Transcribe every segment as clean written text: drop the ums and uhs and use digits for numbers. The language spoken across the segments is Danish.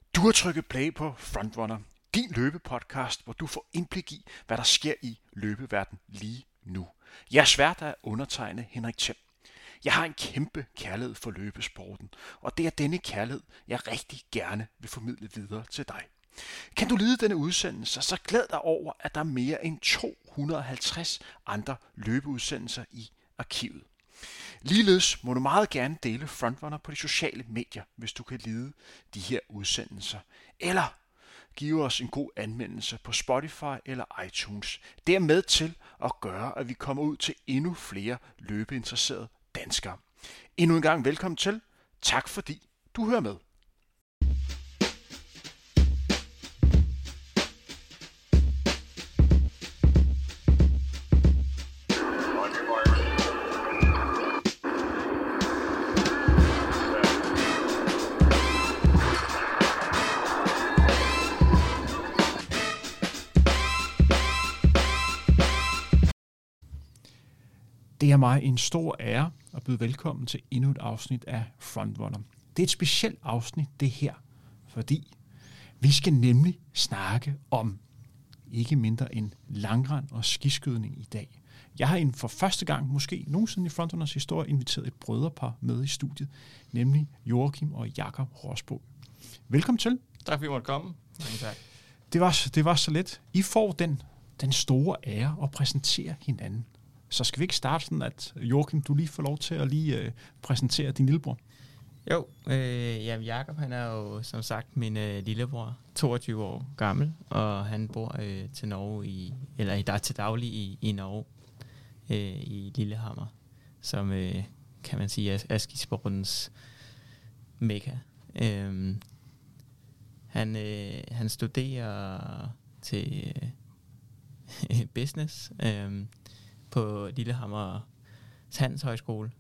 Du har trykket play på Frontrunner, din løbepodcast, hvor du får indblik i, hvad der sker i løbeverden lige nu. Jeg er svært at undertegne Henrik Thiem. Jeg har en kæmpe kærlighed for løbesporten, og det er denne kærlighed, jeg rigtig gerne vil formidle videre til dig. Kan du lide denne udsendelse, så glæd dig over, at der er mere end 250 andre løbeudsendelser i arkivet. Ligeledes må du meget gerne dele Frontrunner på de sociale medier, hvis du kan lide de her udsendelser. Eller give os en god anmeldelse på Spotify eller iTunes. Det er med til at gøre, at vi kommer ud til endnu flere løbeinteresserede danskere. Endnu en gang velkommen til. Tak fordi du hører med. Det er mig en stor ære at byde velkommen til endnu et afsnit af Frontrunner. Det er et specielt afsnit, det her, fordi vi skal nemlig snakke om ikke mindre end langrend og skiskydning i dag. Jeg har for første gang, måske nogensinde i Frontrunners historie, inviteret et brødrepar med i studiet, nemlig Joachim og Jakob Rosbo. Velkommen til. Tak fordi I måtte komme. Mange tak. Det var så let. I får den store ære at præsentere hinanden. Så skal vi ikke starte sådan, at Joachim, du lige får lov til at lige præsentere din lillebror? Jo, Jakob, han er jo som sagt min lillebror, 22 år gammel, og han bor til Norge til daglig i Norge, i Lillehammer, som kan man sige er skisportens mekka. Han studerer til business på Lillehammer Handelshøjskole,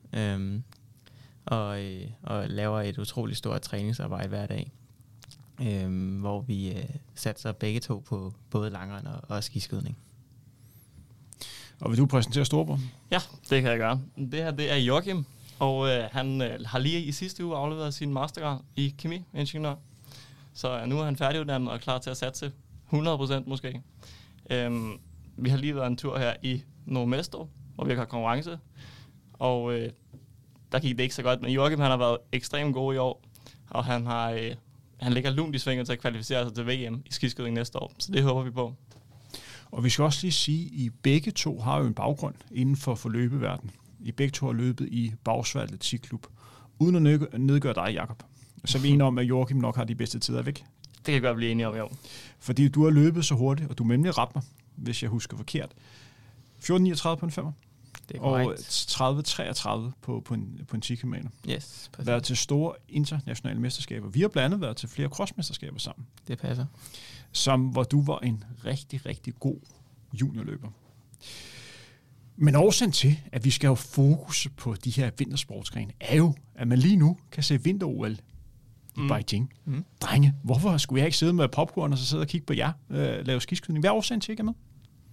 og laver et utroligt stort træningsarbejde hver dag, hvor vi satser begge to på både langrend og skiskydning. Og vil du præsentere storebror? Ja, det kan jeg gøre. Det her, det er Joachim, og han har lige i sidste uge afleveret sin mastergrad i kemiingeniør. Så nu er han færdiguddannet og klar til at satse 100% måske. Vi har lige været en tur her i Nordmestro, hvor vi har konkurrence, og der gik det ikke så godt, men Joachim han har været ekstremt god i år, og han ligger lunt i svinget til at kvalificere sig til VM i skiskydning næste år, så det håber vi på. Og vi skal også lige sige, at I begge to har jo en baggrund inden for løbeverdenen. I begge to har løbet i Bagsværd Atletikklub, uden at nedgøre dig, Jakob. Så er vi enige om, at Joachim nok har de bedste tider væk. Det kan vi godt blive enige om, jo. Fordi du har løbet så hurtigt, og du må nemlig rette mig, hvis jeg husker forkert. 14:39 på en 5'er. Det er og korrekt. 30:33 på en 10 km. Yes, præcis. Været til store internationale mesterskaber. Vi har blandt andet været til flere crossmesterskaber sammen. Det passer. Hvor du var en rigtig, rigtig god juniorløber. Men årsagen til, at vi skal have fokus på de her vintersportsgrene, er jo, at man lige nu kan se vinter-OL i Beijing. Drenge, hvorfor skulle jeg ikke sidde med popcorn og så sidde og kigge på jer lave skiskydning? Hvad er årsagen til, at I ikke er med?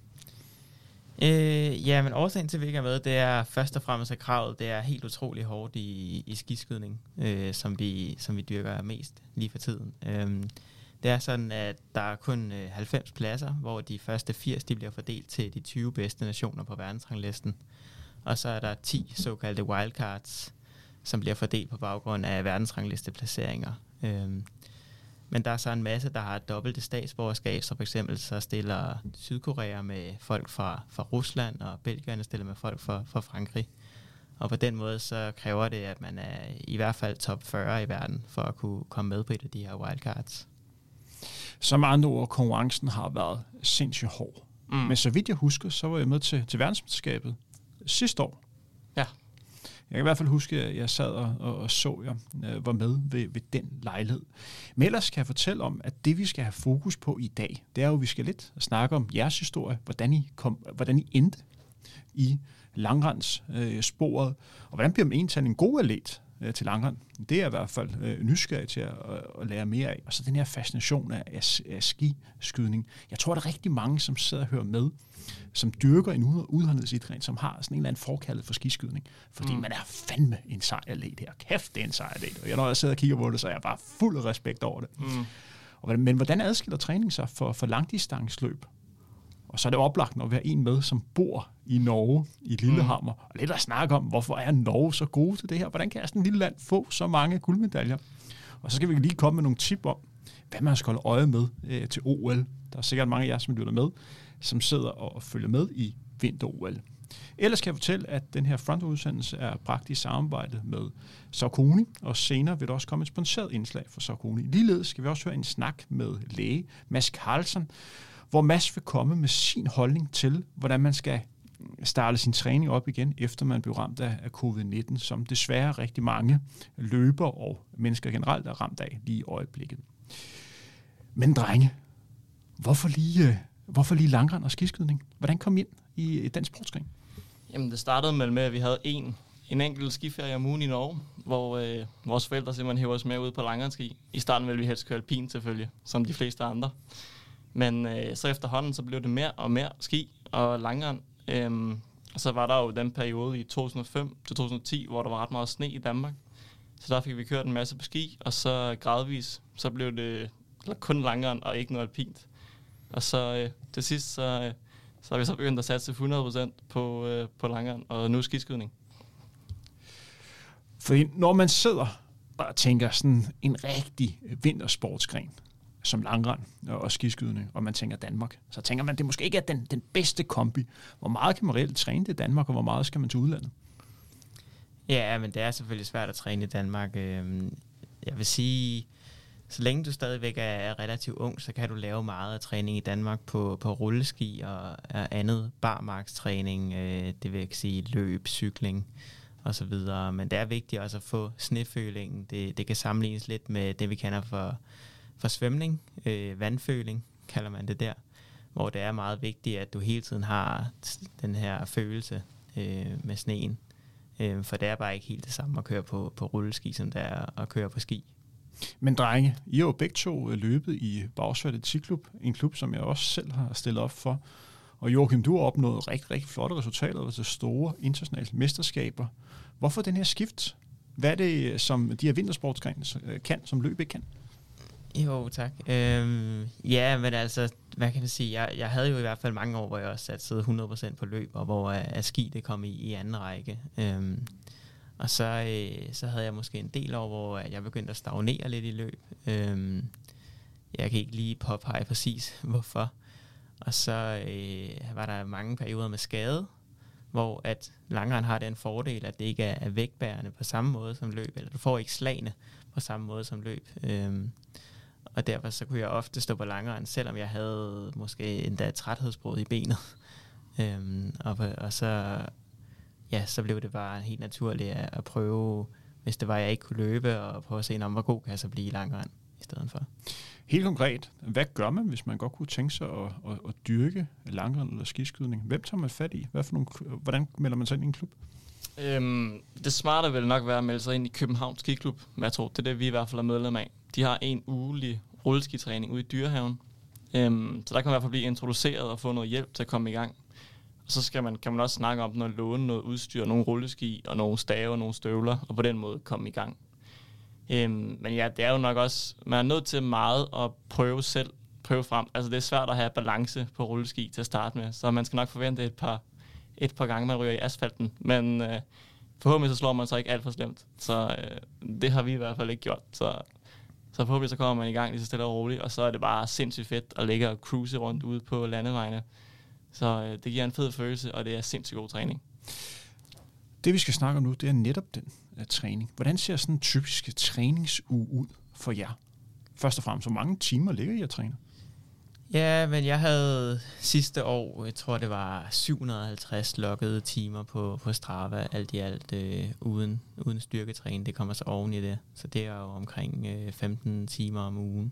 Men årsagen til, at vi ikke er med, det er først og fremmest at kravet, det er helt utrolig hårdt i skiskydning, som vi dyrker mest lige for tiden. Det er sådan, at der er kun 90 pladser, hvor de første 80 de bliver fordelt til de 20 bedste nationer på verdensranglisten. Og så er der 10 såkaldte wildcards, som bliver fordelt på baggrund af verdensranglisteplaceringer. Men der er så en masse, der har dobbelte statsborgerskab, så for eksempel så stiller Sydkorea med folk fra Rusland, og Belgierne stiller med folk fra Frankrig. Og på den måde så kræver det, at man er i hvert fald top 40 i verden, for at kunne komme med på et af de her wildcards. Som andre ord, konkurrencen har været sindssygt hård. Men så vidt jeg husker, så var jeg med til verdensmesterskabet sidste år. Ja. Jeg kan i hvert fald huske, at jeg sad og så jer var med ved den lejlighed. Men ellers kan jeg fortælle om, at det vi skal have fokus på i dag, det er jo, at vi skal lidt snakke om jeres historie, hvordan I endte i langrendssporet, og hvordan bliver man egentlig en god atlet til langrend. Det er i hvert fald nysgerrig til at lære mere af. Og så den her fascination af skiskydning. Jeg tror, der er rigtig mange, som sidder og hører med, som dyrker en udholdenhedsidræt, som har sådan en eller anden forkaldet for skiskydning. Fordi man er fandme en sej atlet her. Kæft, det er en sej atlet. Og når jeg sidder og kigger på det, så er jeg bare fuld af respekt over det. Men hvordan adskiller træning sig for langdistanceløb? Og så er det oplagt, når vi har en med, som bor i Norge, i Lillehammer, og lidt at snakke om, hvorfor er Norge så gode til det her? Hvordan kan sådan et lille land få så mange guldmedaljer? Og så skal vi lige komme med nogle tip om, hvad man skal holde øje med til OL. Der er sikkert mange af jer, som lytter med, som sidder og følger med i vinter-OL. Ellers kan jeg fortælle, at den her frontudsendelse er bragt i samarbejde med Saucony, og senere vil der også komme et sponsoreret indslag for Saucony. Ligeledes skal vi også høre en snak med læge Mads Carlsen, hvor Mads vil komme med sin holdning til, hvordan man skal starte sin træning op igen, efter man blev ramt af covid-19, som desværre rigtig mange løbere og mennesker generelt er ramt af lige i øjeblikket. Men drenge, hvorfor lige langrend og skiskydning? Hvordan kom I ind i den sportsgren? Jamen, det startede med, at vi havde en enkelt skiferie om ugen i Norge, hvor vores forældre simpelthen hæver os med ud på langrendski. I starten ville vi helst køre alpin selvfølgelig, som de fleste andre. Men så efterhånden, så blev det mere og mere ski og langrend. Og så var der jo den periode i 2005 til 2010, hvor der var ret meget sne i Danmark. Så der fik vi kørt en masse på ski, og så gradvis, så blev det kun langrend og ikke noget alpint. Og så til sidst, så har vi så begyndt at satse 100% på langrend, og nu skiskydning. For når man sidder og tænker sådan en rigtig vintersportsgren, som langrend og skiskydning, og man tænker Danmark, så tænker man, at det måske ikke er den bedste kombi. Hvor meget kan man reelt træne det i Danmark, og hvor meget skal man til udlandet? Ja, men det er selvfølgelig svært at træne i Danmark. Jeg vil sige, så længe du stadigvæk er relativt ung, så kan du lave meget af træning i Danmark på rulleski og andet barmarkstræning. Det vil sige løb, cykling og så videre. Men det er vigtigt også at få snefølingen. Det kan sammenlignes lidt med det, vi kender for svømning. Vandføling kalder man det der. Hvor det er meget vigtigt, at du hele tiden har den her følelse med sneen. For det er bare ikke helt det samme at køre på rulleski, som det er at køre på ski. Men drenge, I har jo begge to løbet i Bagsværd Atletikklub, en klub, som jeg også selv har stillet op for. Og Joachim, du har opnået rigtig, rigtig flotte resultater til store internationale mesterskaber. Hvorfor den her skift? Hvad er det, som de her vintersportsgrene kan, som løb ikke kan? Jo, tak. Ja, men altså, hvad kan man sige? Jeg havde jo i hvert fald mange år, hvor jeg også satte 100% på løb, og hvor ski det kom i anden række. Og så havde jeg måske en del år, hvor jeg begyndte at stagnere lidt i løb. Jeg kan ikke lige påpege præcis, hvorfor. Og så var der mange perioder med skade, hvor at langrend har den fordel, at det ikke er vægtbærende på samme måde som løb, eller du får ikke slagene på samme måde som løb. Og derfor så kunne jeg ofte stå på langrend, selvom jeg havde måske endda træthedsbrud i benet. Og så blev det bare helt naturligt at prøve, hvis det var, jeg ikke kunne løbe, og prøve at se, hvor god kan jeg så blive i langrend i stedet for. Helt konkret, hvad gør man, hvis man godt kunne tænke sig at dyrke langrend eller skiskydning? Hvem tager man fat i? Hvordan melder man sig ind i en klub? Det smarte vil nok være at melde sig ind i Københavns Skiklub, jeg tror, det er det, vi i hvert fald er medlem af. De har en ugelig rulleskitræning ude i Dyrehaven, så der kan man i hvert fald blive introduceret og få noget hjælp til at komme i gang. Og så kan man også snakke om at låne noget udstyr, nogle rulleski og nogle stave og nogle støvler, og på den måde komme i gang. Men ja, det er jo nok også, man er nødt til meget at prøve frem. Altså det er svært at have balance på rulleski til at starte med, så man skal nok forvente et par gange, man ryger i asfalten. Men forhåbentlig så slår man sig ikke alt for slemt. Så det har vi i hvert fald ikke gjort. Så forhåbentlig så kommer man i gang lige så stille og roligt, og så er det bare sindssygt fedt at ligge og cruise rundt ude på landevejene. Så det giver en fed følelse, og det er sindssygt god træning. Det vi skal snakke om nu, det er netop den træning. Hvordan ser sådan en typisk træningsuge ud for jer? Først og fremmest, hvor mange timer ligger I at træne? Ja, men jeg havde sidste år, jeg tror det var 750 loggede timer på Strava, alt i alt uden styrketræning. Det kommer så oven i det, så det er jo omkring 15 timer om ugen.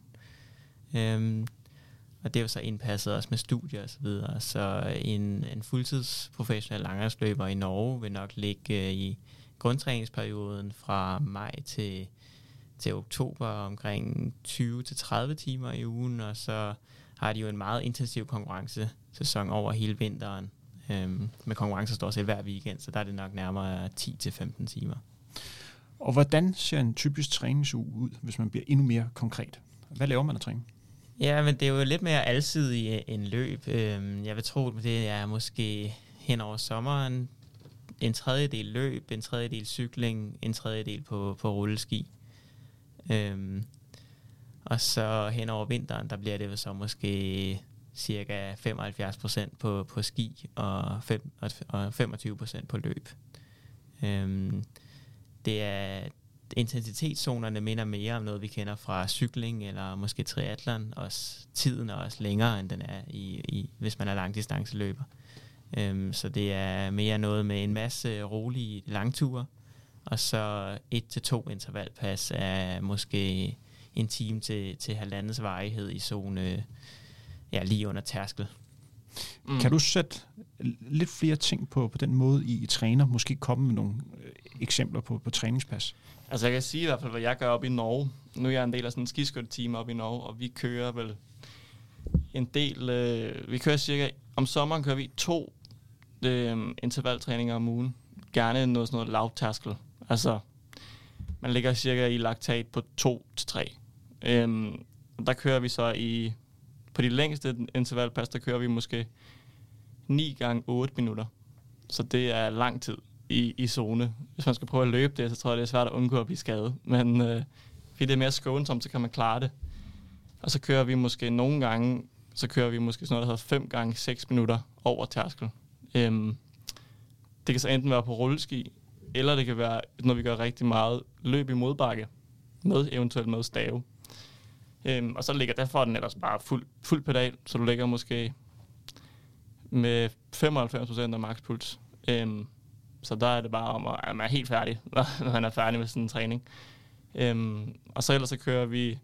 Og det er jo så indpasset også med studier og så videre. Så en fuldtidsprofessionel langrendsløber i Norge vil nok ligge i grundtræningsperioden fra maj til oktober omkring 20-30 timer i ugen, og så har de jo en meget intensiv konkurrencesæson over hele vinteren. Med konkurrencer står sig hver weekend, så der er det nok nærmere 10-15 timer. Og hvordan ser en typisk træningsuge ud, hvis man bliver endnu mere konkret? Hvad laver man af træning? Ja, men det er jo lidt mere alsidigt end løb. Jeg vil tro, det er måske hen over sommeren en tredjedel løb, en tredjedel cykling, en tredjedel på rulleski. Og så hen over vinteren, der bliver det så måske cirka 75% på ski og 25% på løb. Det er intensitetszonerne minder mere om noget, vi kender fra cykling eller måske triathlon. Også tiden er også længere, end den er hvis man er langdistanceløber. Så det er mere noget med en masse rolige langture, og så 1-2 intervalpas er måske en time til 1,5 varighed i zone lige under tærskel. Kan du sætte lidt flere ting på den måde, I træner? Måske komme med nogle eksempler på træningspas? Altså jeg kan sige i hvert fald, hvad jeg gør op i Norge. Nu er jeg en del af sådan en skiskytteteam op i Norge, og vi kører vel en del... vi kører cirka... Om sommeren kører vi 2 intervaltræninger om ugen. Gerne noget sådan noget lavtærskel. Altså, man ligger cirka i laktat på 2-3. Der kører vi så på de længste intervalpas, der kører vi måske 9 gange 8 minutter. Så det er lang tid i zone. Hvis man skal prøve at løbe det, så tror jeg, det er svært at undgå at blive skadet. Men fordi det er mere skånsomt, så kan man klare det. Og så kører vi måske nogle gange, sådan noget, der hedder 5 gange 6 minutter over tærskel. Det kan så enten være på rulleski, eller det kan være, når vi gør rigtig meget løb i modbakke, eventuelt med stave. Og så ligger derfor den ellers bare fuld pedal, så du ligger måske med 95% af makspuls. Så der er det bare om, at man er helt færdig, når man er færdig med sådan en træning. Og så ellers så kører vi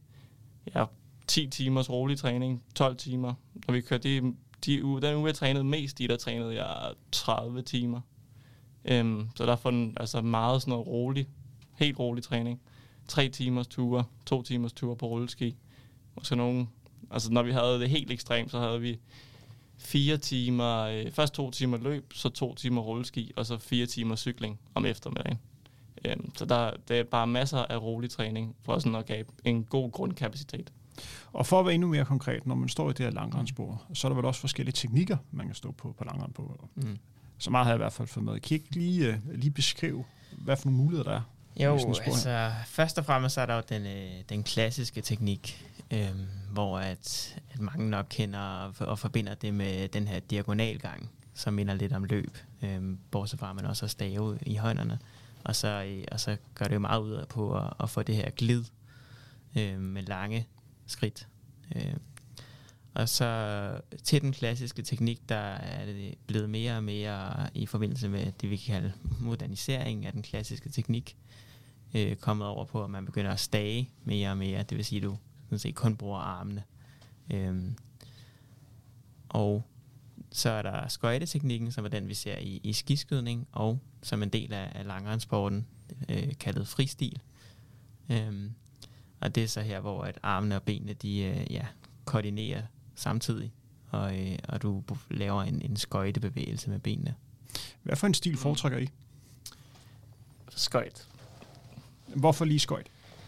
10 timers rolig træning, 12 timer. Når vi kører den uge, jeg trænede mest i, der trænede jeg 30 timer. Så der får den altså meget sådan noget helt rolig træning. 3 timers ture, 2 timers ture på rulleski. Og så når vi havde det helt ekstremt, så havde vi 4 timer, først 2 timer løb, så 2 timer rulleski, og så 4 timer cykling om eftermiddagen. Så der er bare masser af rolig træning, for sådan at gabe en god grundkapacitet. Og for at være endnu mere konkret, når man står i det her langrensspor, så er der vel også forskellige teknikker, man kan stå på langrend på. Så meget har jeg i hvert fald fået med. Kan I ikke lige beskrive, hvad for nogle muligheder der er? Jo, altså først og fremmest er der jo den klassiske teknik, hvor at mange nok kender og forbinder det med den her diagonalgang, som minder lidt om løb, bortset fra at man også har stave i hånderne, og så gør det jo meget ud af på at få det her glid med lange skridt. Og så til den klassiske teknik, der er det blevet mere og mere i forbindelse med det, vi kan kalde modernisering af den klassiske teknik, kommet over på, at man begynder at stage mere og mere. Det vil sige, at du sådan set kun bruger armene. Og så er der skøjteteknikken, som er den, vi ser i skiskydning, og som en del af langrendsporten, kaldet fristil. Og det er så her, hvor at armene og benene, de koordinerer samtidig, og du laver en skøjtebevægelse med benene. Hvad for en stil foretrækker I? Skøjt. Hvorfor lige skøjt?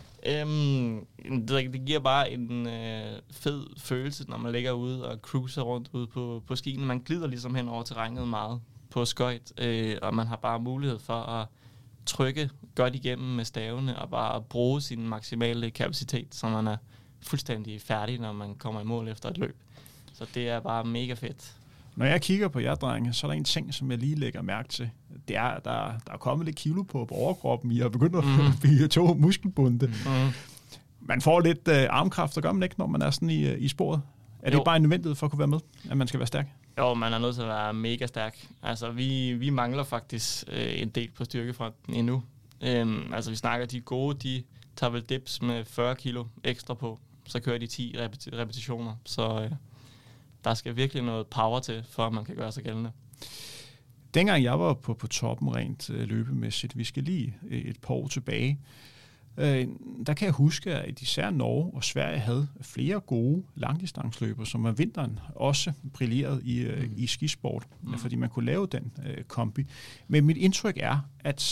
Det giver bare en fed følelse, når man ligger ude og cruiser rundt ude på skien. Man glider ligesom hen over terrænet meget på skøjt, og man har bare mulighed for at trykke godt igennem med stavene og bare bruge sin maksimale kapacitet, så man er fuldstændig færdig, når man kommer i mål efter et løb. Så det er bare mega fedt. Når jeg kigger på jer, drenge, så er der en ting, som jeg lige lægger mærke til. Det er, at der er kommet lidt kilo på overkroppen. I har begyndt at blive 2 muskelbunde. Man får lidt armkraft, og gør man ikke, når man er sådan i sporet. Er det bare en nødvendighed for at kunne være med, at man skal være stærk? Jo, man er nødt til at være mega stærk. Altså, vi mangler faktisk en del på styrkefronten endnu. Altså, vi snakker, de gode, de tager vel dips med 40 kilo ekstra på. Så kører de 10 repetitioner. Så der skal virkelig noget power til, for at man kan gøre sig gældende. Dengang jeg var på toppen rent løbemæssigt, vi skal lige et par år tilbage, der kan jeg huske, at især Norge og Sverige havde flere gode langdistanceløbere, som om vinteren også brillerede i skisport, fordi man kunne lave den kombi. Men mit indtryk er, at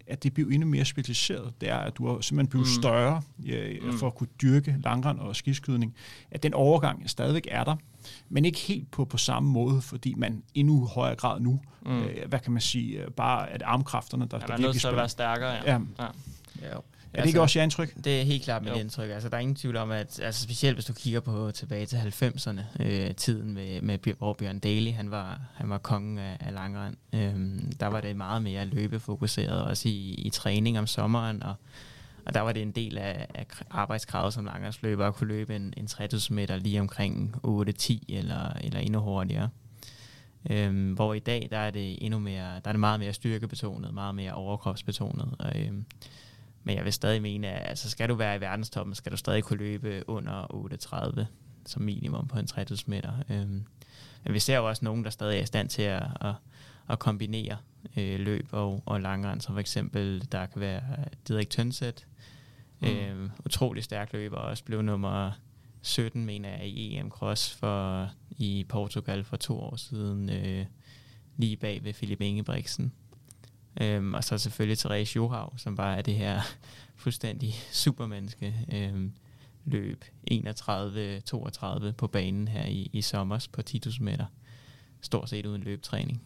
at det bliver endnu mere specialiseret, det er, at du har simpelthen blevet større for at kunne dyrke langrend og skiskydning, at den overgang stadigvæk er der, men ikke helt på samme måde, fordi man endnu højere grad nu, hvad kan man sige, bare at armkræfterne, der man er nødt til at være stærkere, ja. Er det ikke også jeres indtryk? Det er helt klart mit indtryk. Altså, der er ingen tvivl om, at specielt hvis du kigger på tilbage til 90'erne, tiden hvor Bjørn Daly, han var kongen af langrend. Der var det meget mere løbefokuseret, også i træning om sommeren, og der var det en del af arbejdskravet som langrendsløber at kunne løbe en 3000 meter lige omkring 8-10 eller endnu hurtigere. Hvor i dag, der er det endnu mere, der er det meget mere styrkebetonet, meget mere overkropsbetonet. Men jeg vil stadig mene, at altså, skal du være i verdenstoppen, skal du stadig kunne løbe under 8.30 som minimum på en 3000 meter. Men vi ser jo også nogen, der stadig er i stand til at kombinere løb og langrend, som for eksempel, der kan være Didrik Tønseth, utrolig stærk løber, også blev nummer 17, mener jeg, i EM Cross i Portugal for 2 år siden, lige bag ved Philip Ingebrigtsen. Og så selvfølgelig Therese Johaug, som bare er det her fuldstændig supermenneske, løb 31-32 på banen her i sommers på 10.000 meter. Stort set uden løbetræning.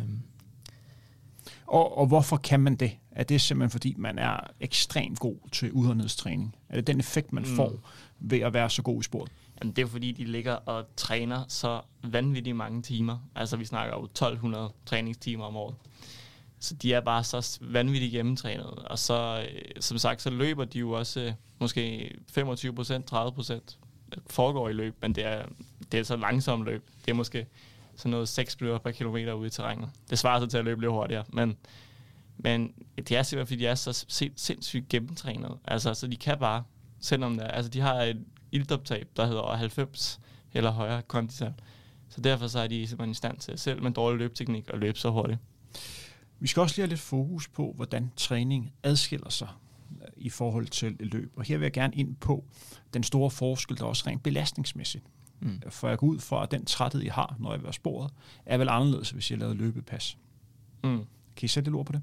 Og hvorfor kan man det? Er det simpelthen fordi, man er ekstremt god til udholdenhedstræning? Er det den effekt, man får ved at være så god i sport? Jamen, det er fordi, de ligger og træner så vanvittigt mange timer. Altså, vi snakker jo 1200 træningstimer om året. Så de er bare så vanvittigt gennemtrænet. Og så, som sagt, så løber de jo også måske 25%, 30% foregår i løb, men det er så langsomt løb. Det er måske sådan noget 6 minutter per kilometer ude i terrænet. Det svarer sig til at løbe lidt hurtigere, men det er simpelthen, fordi de er så sindssygt gennemtrænet. Altså, så de kan bare, selvom de har et iltoptab, der hedder 90 eller højere kondital. Så derfor så er de simpelthen i stand til, selv med dårlig løbeteknik, at løbe så hurtigt. Vi skal også lige have lidt fokus på, hvordan træning adskiller sig i forhold til løb. Og her vil jeg gerne ind på den store forskel, der også rent belastningsmæssigt. For jeg går ud fra, at den træthed, I har, når jeg vil sporet, er vel anderledes, hvis jeg laver løbepas. Kan I sætte lidt ord på det?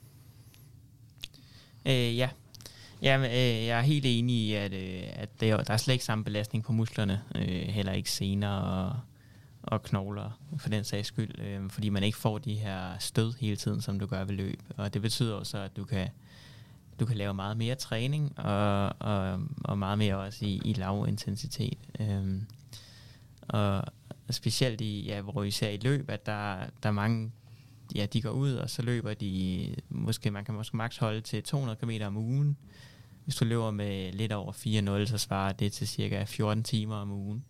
Ja. Jamen, jeg er helt enig i, at der er slet ikke samme belastning på musklerne, heller ikke sener og knogler, for den sags skyld, fordi man ikke får de her stød hele tiden, som du gør ved løb. Og det betyder også, at du kan lave meget mere træning, og meget mere også i lav intensitet. Og specielt hvor især i løb, at der er mange, de går ud, og så løber de, man kan måske maks holde til 200 km om ugen. Hvis du løber med lidt over 4.0, så svarer det til cirka 14 timer om ugen.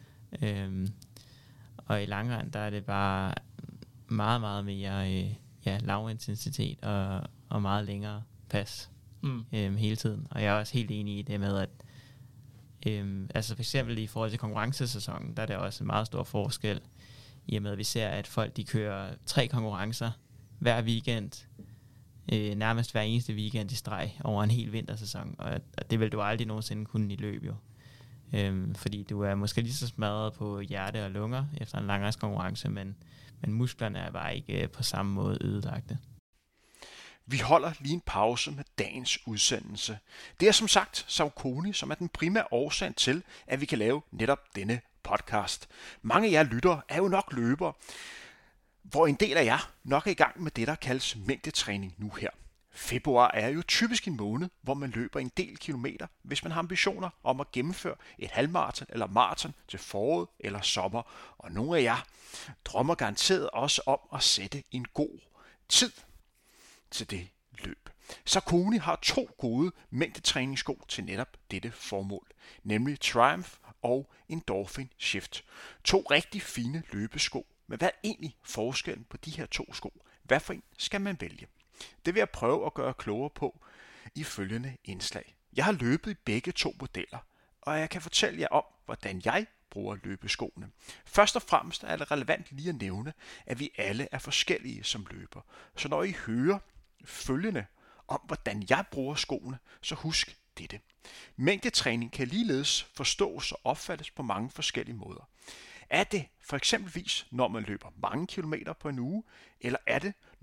Og i langrend, der er det bare meget, meget mere lav intensitet og meget længere pas hele tiden. Og jeg er også helt enig i det med, at for eksempel i forhold til konkurrencesæsonen, der er der også en meget stor forskel, i og med at vi ser, at folk de kører 3 konkurrencer hver weekend, nærmest hver eneste weekend i streg over en hel vintersæson. Og det vil du aldrig nogensinde kunne i løb jo. Fordi du er måske lige så smadret på hjerte og lunger efter en langrendskonkurrence, men musklerne er bare ikke på samme måde ødelagte. Vi holder lige en pause med dagens udsendelse. Det er som sagt Saucony, som er den primære årsag til, at vi kan lave netop denne podcast. Mange af jer lyttere er jo nok løbere, hvor en del af jer nok er i gang med det, der kaldes mængdetræning nu her. Februar er jo typisk en måned, hvor man løber en del kilometer, hvis man har ambitioner om at gennemføre et halvmaraton eller maraton til foråret eller sommer. Og nogle af jer drømmer garanteret også om at sætte en god tid til det løb. Saucony har 2 gode mængdetræningssko til netop dette formål, nemlig Triumph og Endorphin Shift. 2 rigtig fine løbesko, men hvad er egentlig forskellen på de her 2 sko? Hvad for en skal man vælge? Det vil jeg prøve at gøre klogere på i følgende indslag. Jeg har løbet i begge 2 modeller, og jeg kan fortælle jer om, hvordan jeg bruger løbeskoene. Først og fremmest er det relevant lige at nævne, at vi alle er forskellige som løber. Så når I hører følgende om, hvordan jeg bruger skoene, så husk dette. Mængdetræning kan ligeledes forstås og opfattes på mange forskellige måder. Er det for eksempelvis, når man løber mange kilometer på en uge, eller er det,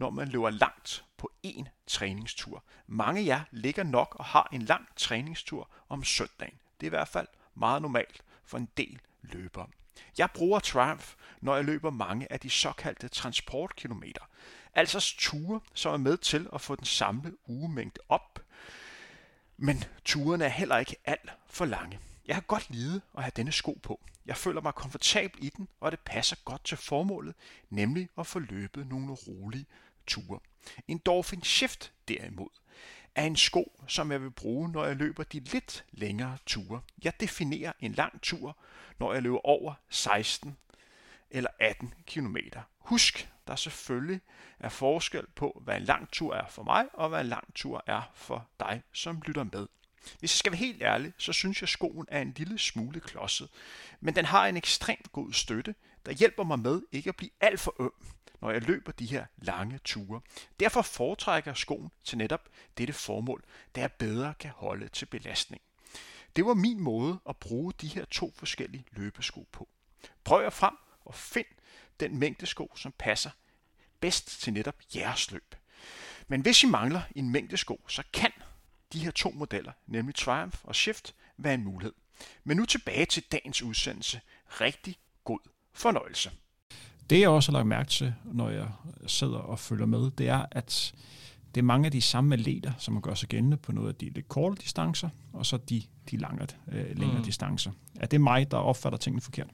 når man løber langt på én træningstur. Mange af jer ligger nok og har en lang træningstur om søndagen. Det er i hvert fald meget normalt for en del løbere. Jeg bruger Triumph, når jeg løber mange af de såkaldte transportkilometer. Altså ture, som er med til at få den samlede ugemængde op. Men turene er heller ikke alt for lange. Jeg kan godt lide at have denne sko på. Jeg føler mig komfortabel i den, og det passer godt til formålet, nemlig at få løbet nogle rolige ture. Endorphin Shift derimod er en sko, som jeg vil bruge, når jeg løber de lidt længere ture. Jeg definerer en lang tur, når jeg løber over 16 eller 18 km. Husk, der selvfølgelig er forskel på, hvad en lang tur er for mig, og hvad en lang tur er for dig, som lytter med. Hvis jeg skal være helt ærlig, så synes jeg, at skoen er en lille smule klodset, men den har en ekstremt god støtte, der hjælper mig med ikke at blive alt for øm, når jeg løber de her lange ture. Derfor foretrækker jeg skoen til netop dette formål, da jeg bedre kan holde til belastning. Det var min måde at bruge de her 2 forskellige løbesko på. Prøv jer frem og find den mængde sko, som passer bedst til netop jeres løb. Men hvis I mangler en mængde sko, så kan de her 2 modeller, nemlig Triumph og Shift, være en mulighed. Men nu tilbage til dagens udsendelse. Rigtig god fornøjelse. Det jeg også har lagt mærke til, når jeg sidder og følger med, det er, at det er mange af de samme atleter, som gør sig gældende på noget af de lidt korte distancer, og så de længere distancer. Er det mig, der opfatter tingene forkert?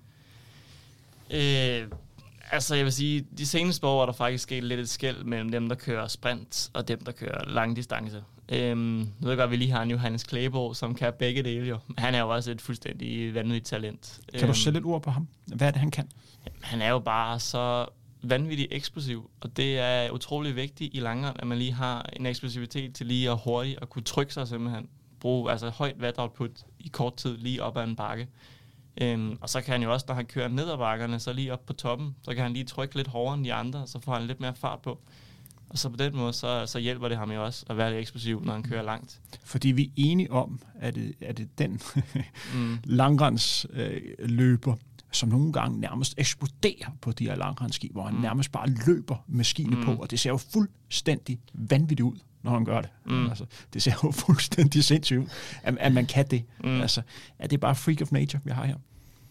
Altså jeg vil sige, de seneste år er der faktisk sket lidt et skel mellem dem, der kører sprint, og dem, der kører lang distance. Nu ved jeg godt, at vi lige har en Johannes Klæbo, som kan begge dele jo. Han er jo også et fuldstændig vanvittigt talent. Kan du sætte lidt ord på ham? Hvad er det, han kan? Han er jo bare så vanvittigt eksplosiv, og det er utrolig vigtigt i langrend, at man lige har en eksplosivitet til lige at hurtigt at kunne trykke sig simpelthen. Bruge altså højt wattoutput i kort tid lige op ad en bakke. Og så kan han jo også, når han kører ned ad bakkerne, så lige op på toppen, så kan han lige trykke lidt hårdere end de andre, så får han lidt mere fart på. Og så på den måde, så hjælper det ham jo også at være lidt eksplosiv, når han kører langt. Fordi vi er enige om, at det den langrendsløber, som nogle gange nærmest eksploderer på de her langrendski, hvor han nærmest bare løber med skiene på, og det ser jo fuldstændig vanvittigt ud, når han gør det. Altså, det ser jo fuldstændig sindssygt ud, at man kan det. Altså, er det bare freak of nature, vi har her?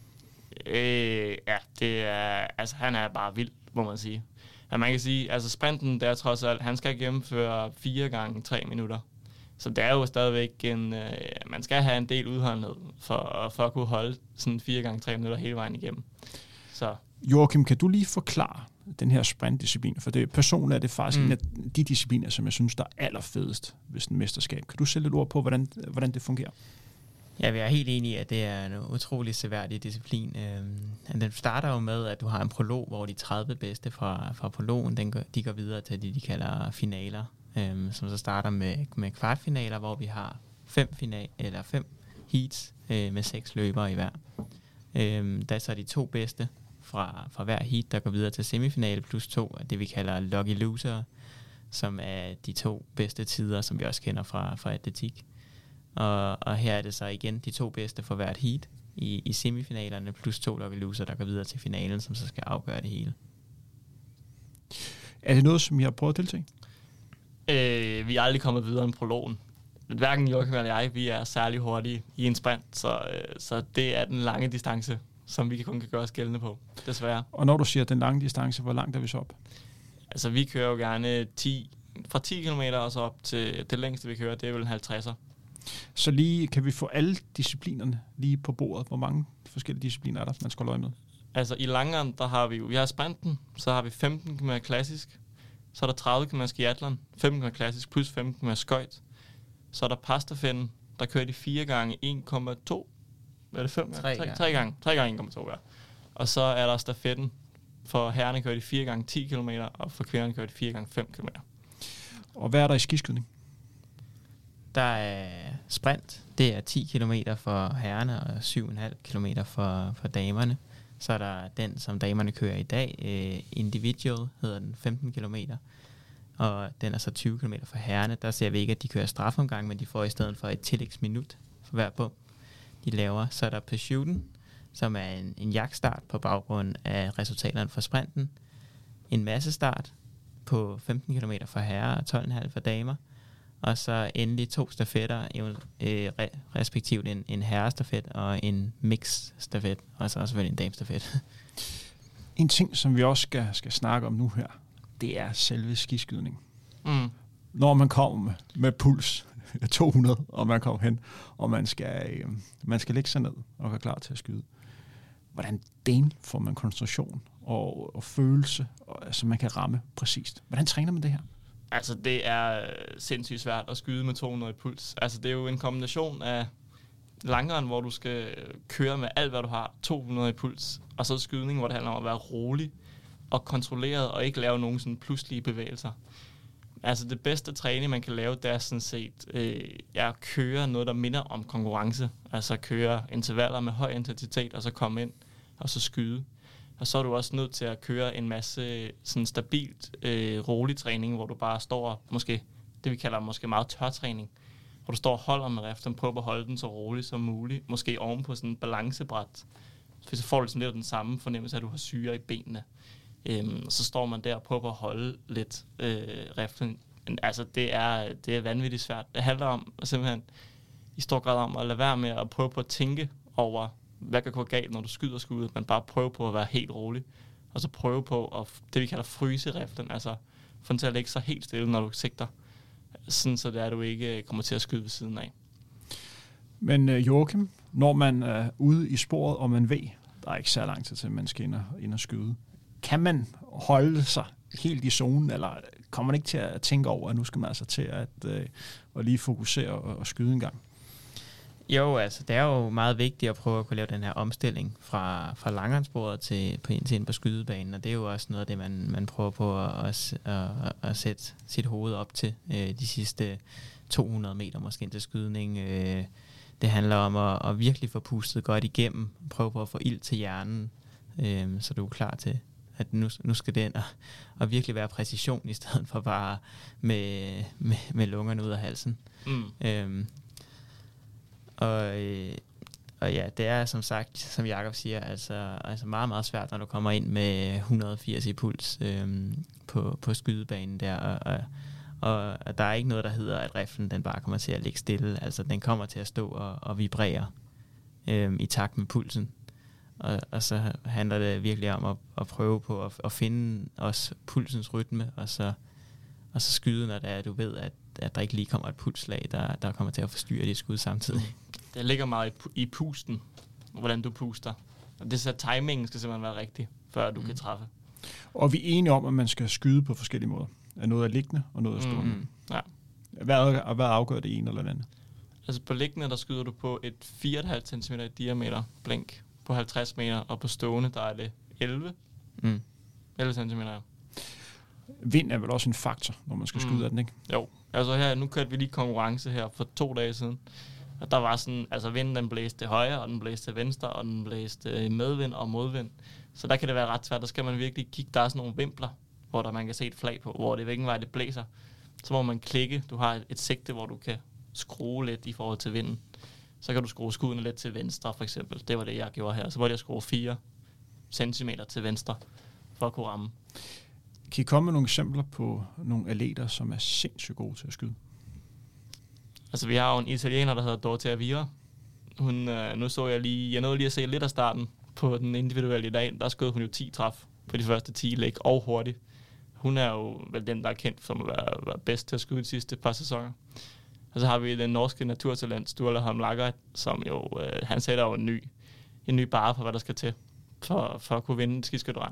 Ja, det er, altså han er bare vild, må man sige. Ja, man kan sige, altså sprinten, der trods alt, han skal gennemføre 4 gange 3 minutter. Så det er jo stadigvæk man skal have en del udholdenhed for at kunne holde sådan 4 gange 3 minutter hele vejen igennem. Så. Joachim, kan du lige forklare den her sprintdisciplin? For det personligt er det faktisk en af de discipliner, som jeg synes, der er allerfedest ved sådan et mesterskab. Kan du sætte lidt ord på, hvordan det fungerer? Ja, vi er helt enige i, at det er en utrolig seværdig disciplin. Den starter jo med, at du har en prolog, hvor de 30 bedste fra prologen, de går videre til det, de kalder finaler, som så starter med kvartfinaler, hvor vi har 5 heats med 6 løbere i hver. Der er så de 2 bedste fra hver heat, der går videre til semifinale, plus 2 af det, vi kalder lucky loser, som er de 2 bedste tider, som vi også kender fra atletik. Og her er det så igen de 2 bedste for hvert heat i semifinalerne, plus 2 lucky loser, der går videre til finalen, som så skal afgøre det hele. Er det noget, som I har prøvet at deltage? Vi er aldrig kommet videre end prologen. Hverken Joachim eller jeg, vi er særlig hurtige i en sprint, så det er den lange distance, som vi kun kan gøre os gældende på, desværre. Og når du siger den lange distance, hvor langt er vi så op? Altså vi kører jo gerne fra 10 km og så op til det længste, vi kører, det er vel en 50'er. Så lige kan vi få alle disciplinerne lige på bordet. Hvor mange forskellige discipliner er der, man skal holde øje med? Altså i langrend, der har vi har sprinten, så har vi 15 km klassisk, så er der 30 km skiathlon, 15 km klassisk plus 15 km skøjt. Så er der pastafænden, der kører de 4 gange 1,2. Er det 5 gange? 3 gange 1,2, ja. Og så er der stafetten. For herrerne kører de 4 gange 10 km, og for kvinderne kører de 4 gange 5 km. Og hvad er der i skiskydning? Der er sprint, det er 10 km for herrerne og 7,5 km for damerne. Så er der den, som damerne kører i dag, individual hedder den, 15 km. Og den er så 20 km for herrerne. Der ser vi ikke, at de kører strafomgang, men de får i stedet for et tillægsminut for hver på. De laver. Så er der pursuiten, som er en jagtstart på baggrund af resultaterne for sprinten. En massestart, på 15 km for herrer og 12,5 for damer. Og så endelig 2 stafetter, respektivt en herrestafet og en mix-stafet, og så selvfølgelig en damestafet. En ting, som vi også skal snakke om nu her, det er selve skiskydning. Mm. Når man kommer med puls 200, og man kommer hen, og man skal lægge sig ned og være klar til at skyde. Hvordan får man koncentration og følelse, så man kan ramme præcist? Hvordan træner man det her? Altså, det er sindssygt svært at skyde med 200 i puls. Altså, det er jo en kombination af langrend, hvor du skal køre med alt, hvad du har, 200 i puls, og så skydning, hvor det handler om at være rolig og kontrolleret, og ikke lave nogen sådan pludselige bevægelser. Altså, det bedste træning, man kan lave, det er sådan set at køre noget, der minder om konkurrence. Altså, køre intervaller med høj intensitet, og så komme ind, og så skyde. Og så er du også nødt til at køre en masse sådan stabilt, rolig træning, hvor du bare står, måske det vi kalder måske meget tørtræning, hvor du står og holder med riften, prøver at holde den så rolig som muligt, måske oven på sådan en balancebræt. Så får du sådan lidt den samme fornemmelse, at du har syre i benene. Så står man der og prøver at holde lidt riften. Altså det er vanvittigt svært. Det handler om simpelthen i stor grad om at lade være med at prøve på at tænke over, hvad kan gå galt, når du skyder skuddet, men bare prøve på at være helt rolig, og så prøve på at, det vi kalder fryse riflen, altså få den til at lægge sig helt stille, når du sigter, sådan så det er, at du ikke kommer til at skyde ved siden af. Men Joachim, når man er ude i sporet, og man ved, der er ikke så lang tid til, at man skal ind og skyde, kan man holde sig helt i zonen, eller kommer man ikke til at tænke over, at nu skal man altså til at lige fokusere og skyde en gang? Jo, altså det er jo meget vigtigt at prøve at kunne lave den her omstilling fra langrendssporet til ind på skydebanen, og det er jo også noget af det, man prøver på at sætte sit hoved op til de sidste 200 meter måske ind til skydning. Det handler om at virkelig få pustet godt igennem, prøve på at få ild til hjernen, så du er klar til, at nu skal det ind og virkelig være præcision, i stedet for bare med lungerne ud af halsen. Og ja, det er som sagt, som Jakob siger, altså meget, meget svært, når du kommer ind med 180 i puls på skydebanen der, og der er ikke noget, der hedder, at riflen den bare kommer til at ligge stille. Altså den kommer til at stå og vibrere i takt med pulsen. Og så handler det virkelig om at prøve på at finde også pulsens rytme, og så skyde, når det er, du ved, at der ikke lige kommer et pulsslag, der kommer til at forstyrre dit skud samtidig. Det ligger meget i pusten, hvordan du puster. Og det så timingen skal simpelthen være rigtig, før du kan træffe. Og vi er enige om, at man skal skyde på forskellige måder. Noget er liggende, og noget er stående. Ja. Hvad afgør det ene eller det andet? Altså på liggende, der skyder du på et 4,5 cm i diameter blink på 50 meter, og på stående, der er det 11 cm. Vind er vel også en faktor, når man skal skyde af den, ikke? Jo, altså her, nu kørte vi lige konkurrence her for 2 dage siden, og der var sådan, altså vinden den blæste til højre, og den blæste til venstre, og den blæste medvind og modvind. Så der kan det være ret svært, der skal man virkelig kigge, der er sådan nogle vimpler, hvor der man kan se et flag på, hvor det hvilken vej det blæser. Så må man klikke, du har et sigte, hvor du kan skrue lidt i forhold til vinden. Så kan du skrue skuddene lidt til venstre, for eksempel. Det var det, jeg gjorde her. Så var det at skrue 4 cm til venstre, for at kunne ramme. Kan I komme med nogle eksempler på nogle atleter, som er sindssygt gode til at skyde? Altså, vi har jo en italiener, der hedder Dorothea Viera. Nu så jeg nåede lige at se lidt af starten på den individuelle i dag. Der skød hun jo 10 træf på de første 10 læg, og hurtigt. Hun er jo vel den, der er kendt som at være bedst til at skyde de sidste par sæsoner. Og så har vi den norske naturtalent, Sturla Holmlager, som jo, han sætter jo en ny barre for, hvad der skal til, for at kunne vinde skiskytterrenn.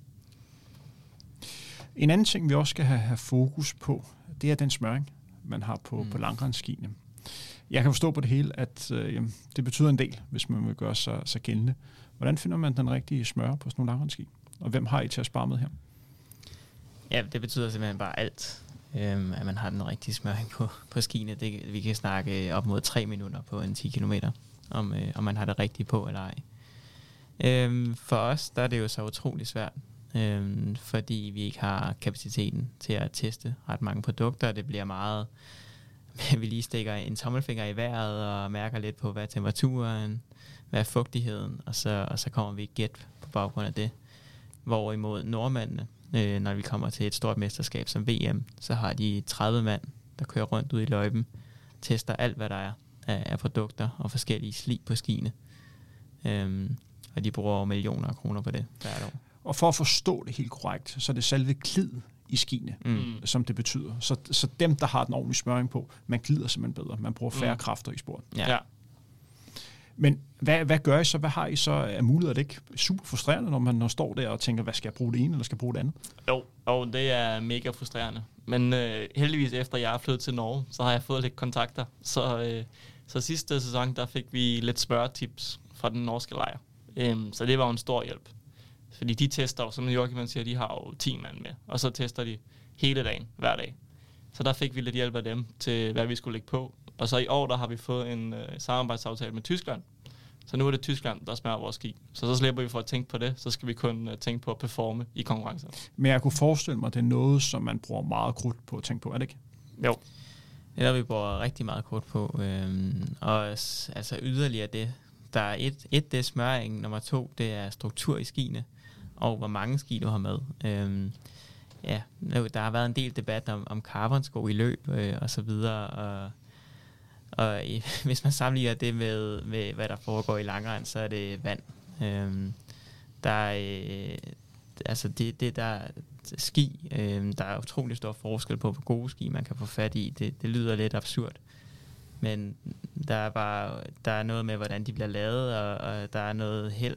En anden ting, vi også skal have fokus på, det er den smøring, man har på langrensskiene. Jeg kan forstå på det hele, at det betyder en del, hvis man vil gøre sig gældende. Hvordan finder man den rigtige smør på sådan nogle langrensski? Og hvem har I til at spare med her? Ja, det betyder simpelthen bare alt, at man har den rigtige smøring på skiene. Vi kan snakke op mod 3 minutter på en 10 kilometer, om man har det rigtige på eller ej. For os, der er det jo så utrolig svært, fordi vi ikke har kapaciteten til at teste ret mange produkter. Det bliver meget, vi lige stikker en tommelfinger i vejret og mærker lidt på, hvad er temperaturen, hvad er fugtigheden, og så kommer vi gæt på baggrund af det. Hvorimod nordmændene, når vi kommer til et stort mesterskab som VM, så har de 30 mand, der kører rundt ud i løjpen, tester alt, hvad der er af produkter og forskellige slig på skiene. Og de bruger millioner af kroner på det hvert år. Og for at forstå det helt korrekt, så er det selve klidet i skiene, som det betyder. Så dem, der har den ordentlige smøring på, man glider simpelthen bedre. Man bruger færre kræfter i sporet. Ja. Men hvad gør I så? Hvad har I så af muligheder? Det ikke super frustrerende, når man står der og tænker, hvad skal jeg bruge det ene, eller skal jeg bruge det andet? Jo, det er mega frustrerende. Men heldigvis efter jeg er flyttet til Norge, så har jeg fået lidt kontakter. Så sidste sæson, der fik vi lidt spørgetips fra den norske lejr. Så det var jo en stor hjælp. Fordi de tester jo, som Joachim siger, de har jo 10 mand med. Og så tester de hele dagen, hver dag. Så der fik vi lidt hjælp af dem til, hvad vi skulle lægge på. Og så i år, der har vi fået en samarbejdsaftale med Tyskland. Så nu er det Tyskland, der smører vores ski. Så slipper vi for at tænke på det. Så skal vi kun tænke på at performe i konkurrencer. Men jeg kunne forestille mig, at det er noget, som man bruger meget krudt på at tænke på, er det ikke? Jo. Det er vi bruger rigtig meget krudt på. Og altså yderligere det. Der er det er smøring. Nummer 2, det er struktur i skiene. Og hvor mange ski du har med. Der har været en del debat om carbonsko i løb og så videre. Og hvis man sammenligner det med hvad der foregår i langrend, så er det vand. Det der ski, der er utrolig stor forskel på, hvor gode ski man kan få fat i. Det lyder lidt absurd. Men der er noget med, hvordan de bliver lavet, og der er noget held.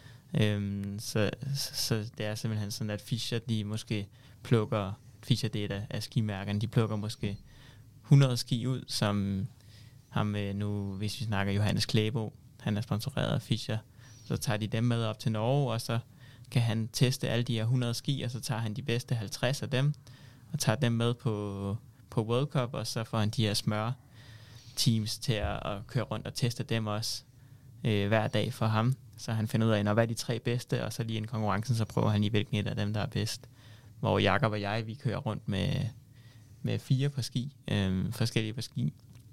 Så det er simpelthen sådan, at Fischer, de måske plukker, Fischer det af skimærkerne, de plukker måske 100 ski ud, som ham nu, hvis vi snakker Johannes Klæbo, han er sponsoreret af Fischer, så tager de dem med op til Norge, og så kan han teste alle de her 100 ski, og så tager han de bedste 50 af dem, og tager dem med på World Cup, og så får han de her smør teams til at køre rundt og teste dem også hver dag for ham. Så han finder ud af, hvad er de 3 bedste, og så lige en konkurrencen, så prøver han i hvilken et af dem, der er bedst. Hvor Jakob og jeg, vi kører rundt med 4 på ski, forskellige på ski,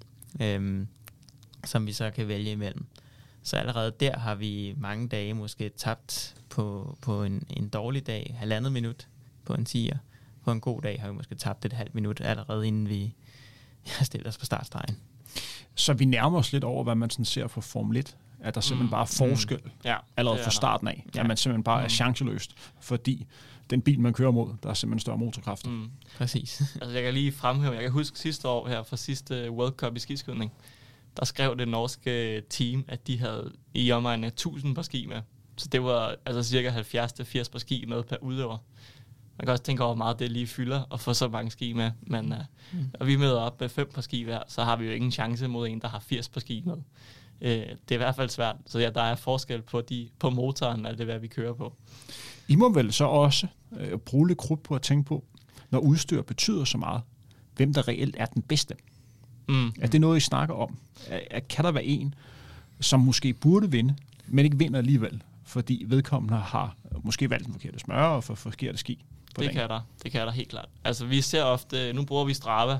som vi så kan vælge imellem. Så allerede der har vi mange dage måske tabt på en dårlig dag, 1,5 minut på en 10'er. På en god dag har vi måske tabt et halvt minut allerede, inden vi har stillet os på startstregen. Så vi nærmer os lidt over, hvad man sådan ser for Formel 1, at der simpelthen bare er forskel allerede fra starten af. At man simpelthen bare er chanceløst, fordi den bil, man kører mod, der er simpelthen større motorkræfter. Præcis. Altså jeg kan lige fremhæve, jeg kan huske sidste år her fra sidste World Cup i skiskydning, der skrev det norske team, at de havde i omegnen 1000 par ski med. Så det var altså cirka 70-80 par ski med per udøver. Man kan også tænke over, hvor meget det lige fylder at få så mange ski med. Men når vi møder op med 5 par ski hver, så har vi jo ingen chance mod en, der har 80 par ski med. Det er i hvert fald svært. Så der er forskel på motoren, alt det, hvad vi kører på. I må vel så også bruge lidt krudt på at tænke på, når udstyr betyder så meget, hvem der reelt er den bedste. Er det noget, I snakker om? Kan der være en, som måske burde vinde, men ikke vinder alligevel, fordi vedkommende har måske valgt den forkerte smør og for forkerte ski? Det kan der helt klart. Altså vi ser ofte, nu bruger vi Strava,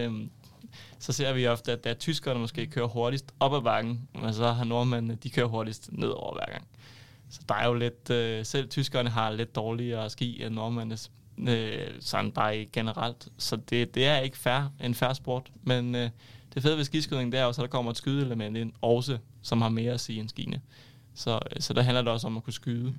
så ser vi ofte, at da tyskerne måske kører hurtigst op ad bakken, men så har nordmændene, de kører hurtigst nedover hver gang. Så der er jo lidt, selv tyskerne har lidt dårligere ski end nordmændene, sådan bare generelt. Så det er ikke en fair sport, men det fede ved skiskydning, det er også, at der kommer et skydeelement ind, også, som har mere at sige end skiene. Så der handler det også om at kunne skyde.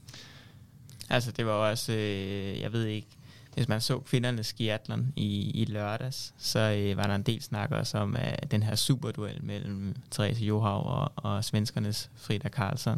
Altså det var også, jeg ved ikke, hvis man så kvindernes skiathlon i lørdags, så var der en del snak også om den her superduel mellem Therese Johaug og svenskernes Frida Karlsson,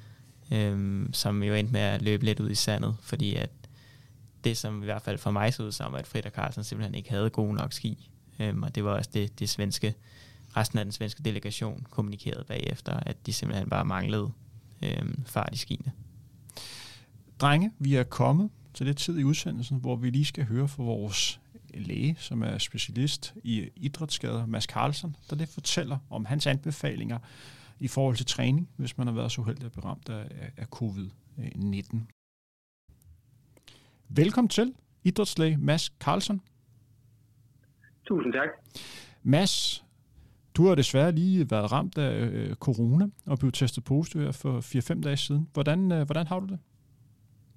som jo endte med at løbe lidt ud i sandet, fordi at det, som i hvert fald for mig så ud som, at Frida Karlsson simpelthen ikke havde gode nok ski, og det var også det svenske, resten af den svenske delegation kommunikerede bagefter, at de simpelthen bare manglede fart i skiene. Drenge, vi er kommet til det tid i udsendelsen, hvor vi lige skal høre fra vores læge, som er specialist i idrætsskader, Mads Karlsson, der det fortæller om hans anbefalinger i forhold til træning, hvis man har været så uheldig at blive ramt af covid-19. Velkommen til, idrætslæge Mads Karlsson. Tusind tak. Mads, du har desværre lige været ramt af corona og blevet testet positiv her for 4-5 dage siden. Hvordan har du det?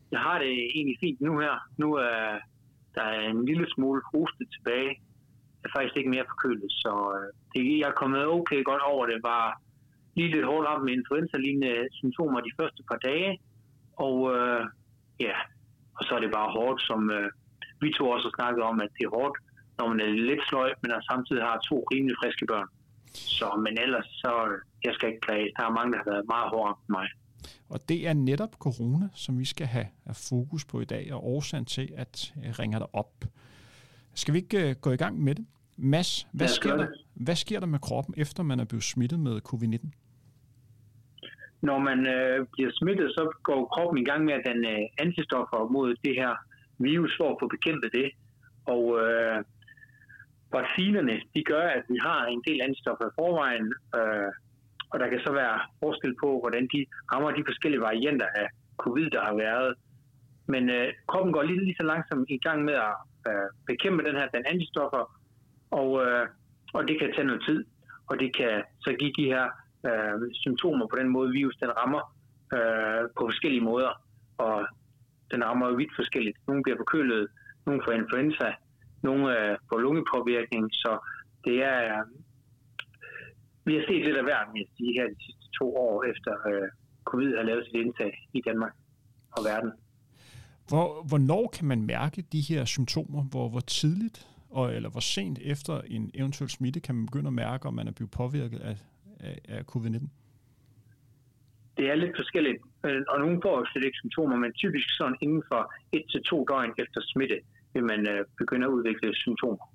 Jeg har det egentlig fint nu her. Nu er der en lille smule hostet tilbage. Jeg er faktisk ikke mere forkølet, så jeg er kommet okay godt over det. Var lige lidt hårdt ramt med influenza-lignende symptomer de første par dage. Og og så er det bare hårdt, som vi to også har snakket om, at det er hårdt, når man er lidt sløj, men samtidig har 2 rimelig friske børn. Så, men ellers så, jeg skal ikke klage. Der er mange, der har været meget hårdt på mig. Og det er netop corona, som vi skal have fokus på i dag, og årsagen til, at jeg ringer dig op. Skal vi ikke gå i gang med det? Mads, hvad sker der med kroppen, efter man er blevet smittet med covid-19? Når man bliver smittet, så går kroppen i gang med at danne antistoffer mod det her virus for at få bekæmpet det. Og vaccinerne, de gør, at vi har en del antistoffer i forvejen, og der kan så være forskel på, hvordan de rammer de forskellige varianter af covid, der har været. Men kroppen går lige så langsomt i gang med at bekæmpe den antistoffer, og det kan tage noget tid, og det kan så give de her symptomer på den måde, virus den rammer på forskellige måder, og den rammer jo vidt forskelligt. Nogle bliver forkølet, nogle får influenza, nogle får lungepåvirkning, så det er... Vi har set lidt af hvert, vil jeg sige, her de sidste 2 år efter covid har lavet sit indtag i Danmark og verden. Hvornår kan man mærke de her symptomer? Hvor tidligt eller hvor sent efter en eventuel smitte kan man begynde at mærke, om man er blevet påvirket af covid-19? Det er lidt forskelligt, og nogle får jo slet ikke symptomer, men typisk sådan inden for 1 til 2 døgn efter smitte vil man begynde at udvikle symptomer.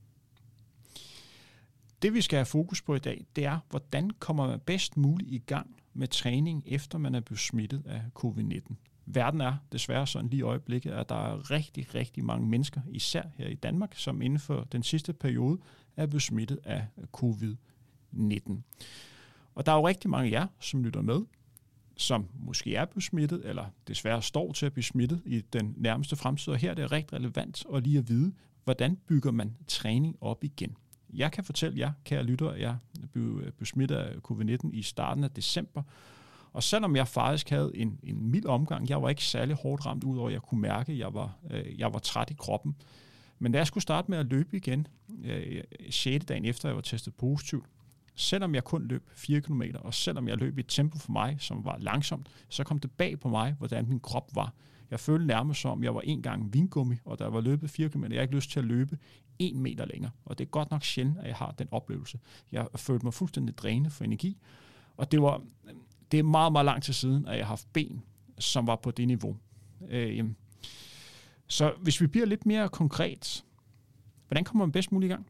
Det vi skal have fokus på i dag, det er, hvordan kommer man bedst muligt i gang med træning, efter man er blevet smittet af covid-19. Verden er desværre sådan lige i øjeblikket, at der er rigtig, rigtig mange mennesker, især her i Danmark, som inden for den sidste periode er blevet smittet af covid-19. Og der er jo rigtig mange af jer, som lytter med, som måske er blevet smittet, eller desværre står til at blive smittet i den nærmeste fremtid. Og her er det rigtig relevant at lige at vide, hvordan bygger man træning op igen. Jeg kan fortælle jer, kære lyttere, at jeg blev smittet af covid-19 i starten af december. Og selvom jeg faktisk havde en mild omgang, jeg var ikke særlig hårdt ramt, udover at jeg kunne mærke, at jeg var træt i kroppen. Men da jeg skulle starte med at løbe igen, 6. dagen efter jeg var testet positivt, selvom jeg kun løb 4 km, og selvom jeg løb i et tempo for mig, som var langsomt, så kom det bag på mig, hvordan min krop var. Jeg følte nærmest som, jeg var en gang vingummi, og da jeg var løbet 4 km, jeg har ikke lyst til at løbe 1 meter længere. Og det er godt nok sjældent, at jeg har den oplevelse. Jeg følte mig fuldstændig drænet for energi, og det er meget, meget lang tid siden, at jeg har haft ben, som var på det niveau. Så hvis vi bliver lidt mere konkret, hvordan kommer man bedst muligt i gang?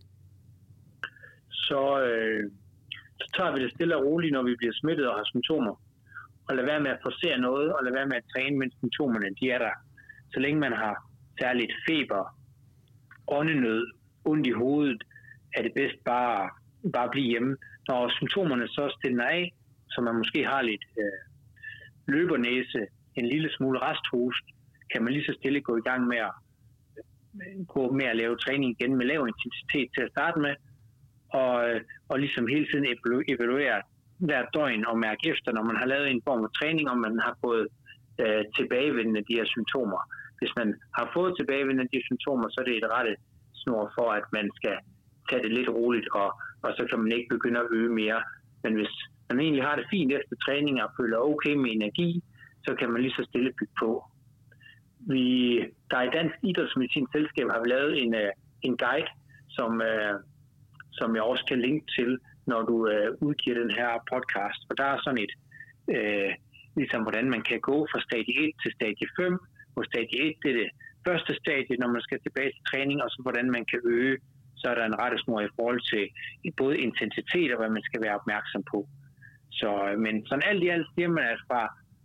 Så tager vi det stille og roligt, når vi bliver smittet og har symptomer. Og lad være med at forcere noget, og lad være med at træne, mens symptomerne de er der. Så længe man har særligt feber, åndenød, ondt i hovedet, er det bedst bare at blive hjemme. Når symptomerne så stiller af, så man måske har lidt løbernæse, en lille smule resthost, kan man lige så stille gå i gang med at lave træning igen med lav intensitet til at starte med, og ligesom hele tiden evaluere hvert døgn og mærke efter, når man har lavet en form for træning, om man har fået tilbagevendende de her symptomer. Hvis man har fået tilbagevendende de symptomer, så er det et rette snor for, at man skal tage det lidt roligt, og så kan man ikke begynde at øge mere. Men hvis man egentlig har det fint efter træning og føler okay med energi, så kan man lige så stille bygge på. Der i Dansk Idrætsmedicinsk Selskab har vi lavet en guide, som jeg også kan linke til, når du udgiver den her podcast. Og der er sådan et, ligesom hvordan man kan gå fra stadie 1 til stadie 5, hvor stadie 1 det er det første stadie, når man skal tilbage til træning, og så hvordan man kan øge, så er der en rettesnor i forhold til både intensitet og hvad man skal være opmærksom på. Så, men sådan alt i alt siger man altså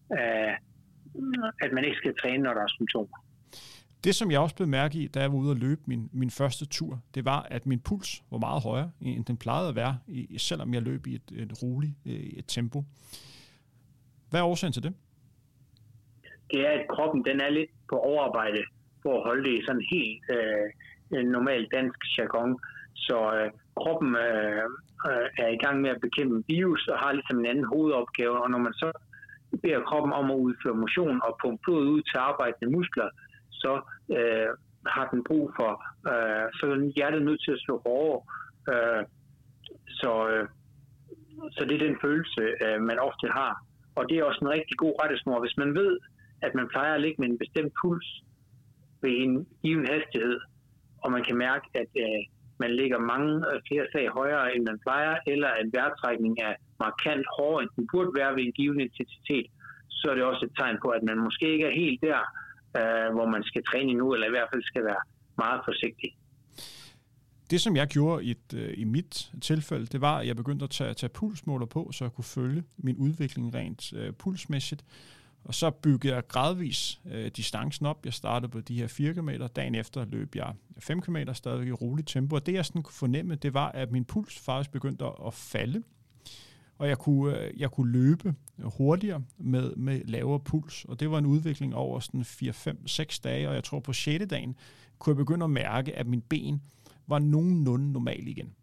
at man ikke skal træne, når der er symptomer. Det, som jeg også blev mærke i, da jeg var ude og løbe min første tur, det var, at min puls var meget højere, end den plejede at være, selvom jeg løb i et roligt tempo. Hvad er årsagen til det? Det er, at kroppen den er lidt på overarbejde for at holde det i sådan helt normal dansk jargon. Så kroppen er i gang med at bekæmpe virus og har ligesom en anden hovedopgave, og når man så beder kroppen om at udføre motion og pumpe blod ud til arbejdende muskler, så har den brug for, så er hjertet nødt til at slå hårdere. Så det er den følelse, man ofte har. Og det er også en rigtig god rettesnor. Hvis man ved, at man plejer at ligge med en bestemt puls ved en given hastighed, og man kan mærke, at man ligger mange flere slag højere, end man plejer, eller at vejrtrækning er markant hårdere, end den burde være ved en given intensitet, så er det også et tegn på, at man måske ikke er helt der, hvor man skal træne nu, eller i hvert fald skal være meget forsigtig. Det, som jeg gjorde i mit tilfælde, det var, at jeg begyndte at tage pulsmåler på, så jeg kunne følge min udvikling rent pulsmæssigt. Og så byggede jeg gradvis distancen op. Jeg startede på de her 4 km. Dagen efter løb jeg 5 km, stadigvæk i roligt tempo. Og det, jeg sådan kunne fornemme, det var, at min puls faktisk begyndte at falde. Og jeg kunne løbe hurtigere med lavere puls. Og det var en udvikling over sådan 4, 5, 6 dage. Og jeg tror, på 6. dagen kunne jeg begynde at mærke, at min ben var nogenlunde normal igen.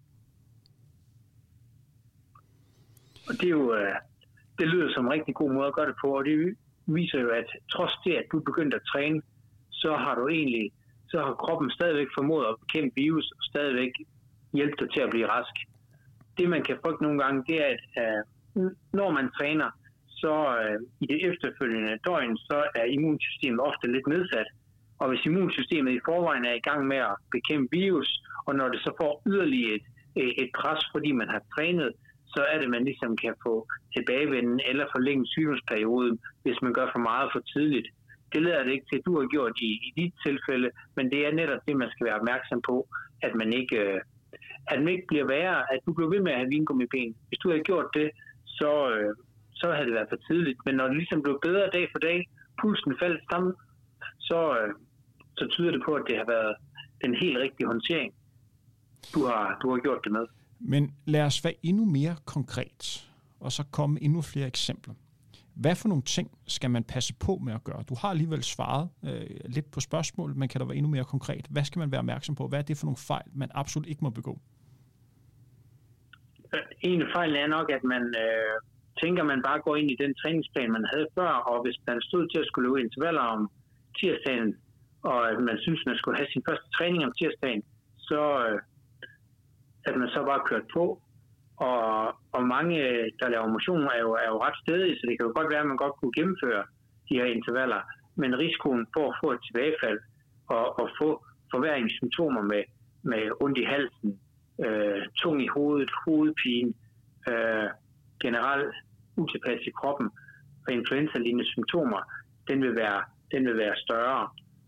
Og det er jo, det lyder som en rigtig god måde at gøre det på, og det viser jo, at trods det, at du begyndte at træne, så har kroppen stadigvæk formået at bekæmpe virus, og stadigvæk hjælpe dig til at blive rask. Det man kan frygte nogle gange, det er, at når man træner, så i det efterfølgende døgn, så er immunsystemet ofte lidt nedsat. Og hvis immunsystemet i forvejen er i gang med at bekæmpe virus, og når det så får yderligere et pres, fordi man har trænet, så er det, man ligesom kan få tilbagevenden eller forlænge sygdomsperioden, hvis man gør for meget for tidligt. Det lader det ikke til, at du har gjort i dit tilfælde, men det er netop det, man skal være opmærksom på, at man ikke bliver værre, at du bliver ved med at have vingummiben. Hvis du havde gjort det, så havde det været for tidligt. Men når det ligesom blev bedre dag for dag, pulsen faldt sammen, så tyder det på, at det har været den helt rigtige håndtering, du har gjort det med. Men lad os være endnu mere konkret, og så komme endnu flere eksempler. Hvad for nogle ting skal man passe på med at gøre? Du har alligevel svaret lidt på spørgsmålet, men kan der være endnu mere konkret? Hvad skal man være opmærksom på? Hvad er det for nogle fejl, man absolut ikke må begå? En af fejlen er nok, at man tænker, man bare går ind i den træningsplan, man havde før, og hvis man stod til at skulle løbe intervaller om tirsdagen, og man synes, man skulle have sin første træning om tirsdagen, så at man så bare kørt på. Og mange, der laver motion, er jo ret stedige, så det kan jo godt være, at man godt kunne gennemføre de her intervaller. Men risikoen for at få et tilbagefald og få forværringssymptomer med ondt i halsen, tung i hovedet, hovedpine, generelt utilpas i kroppen og influenza-lignende symptomer, den vil være større.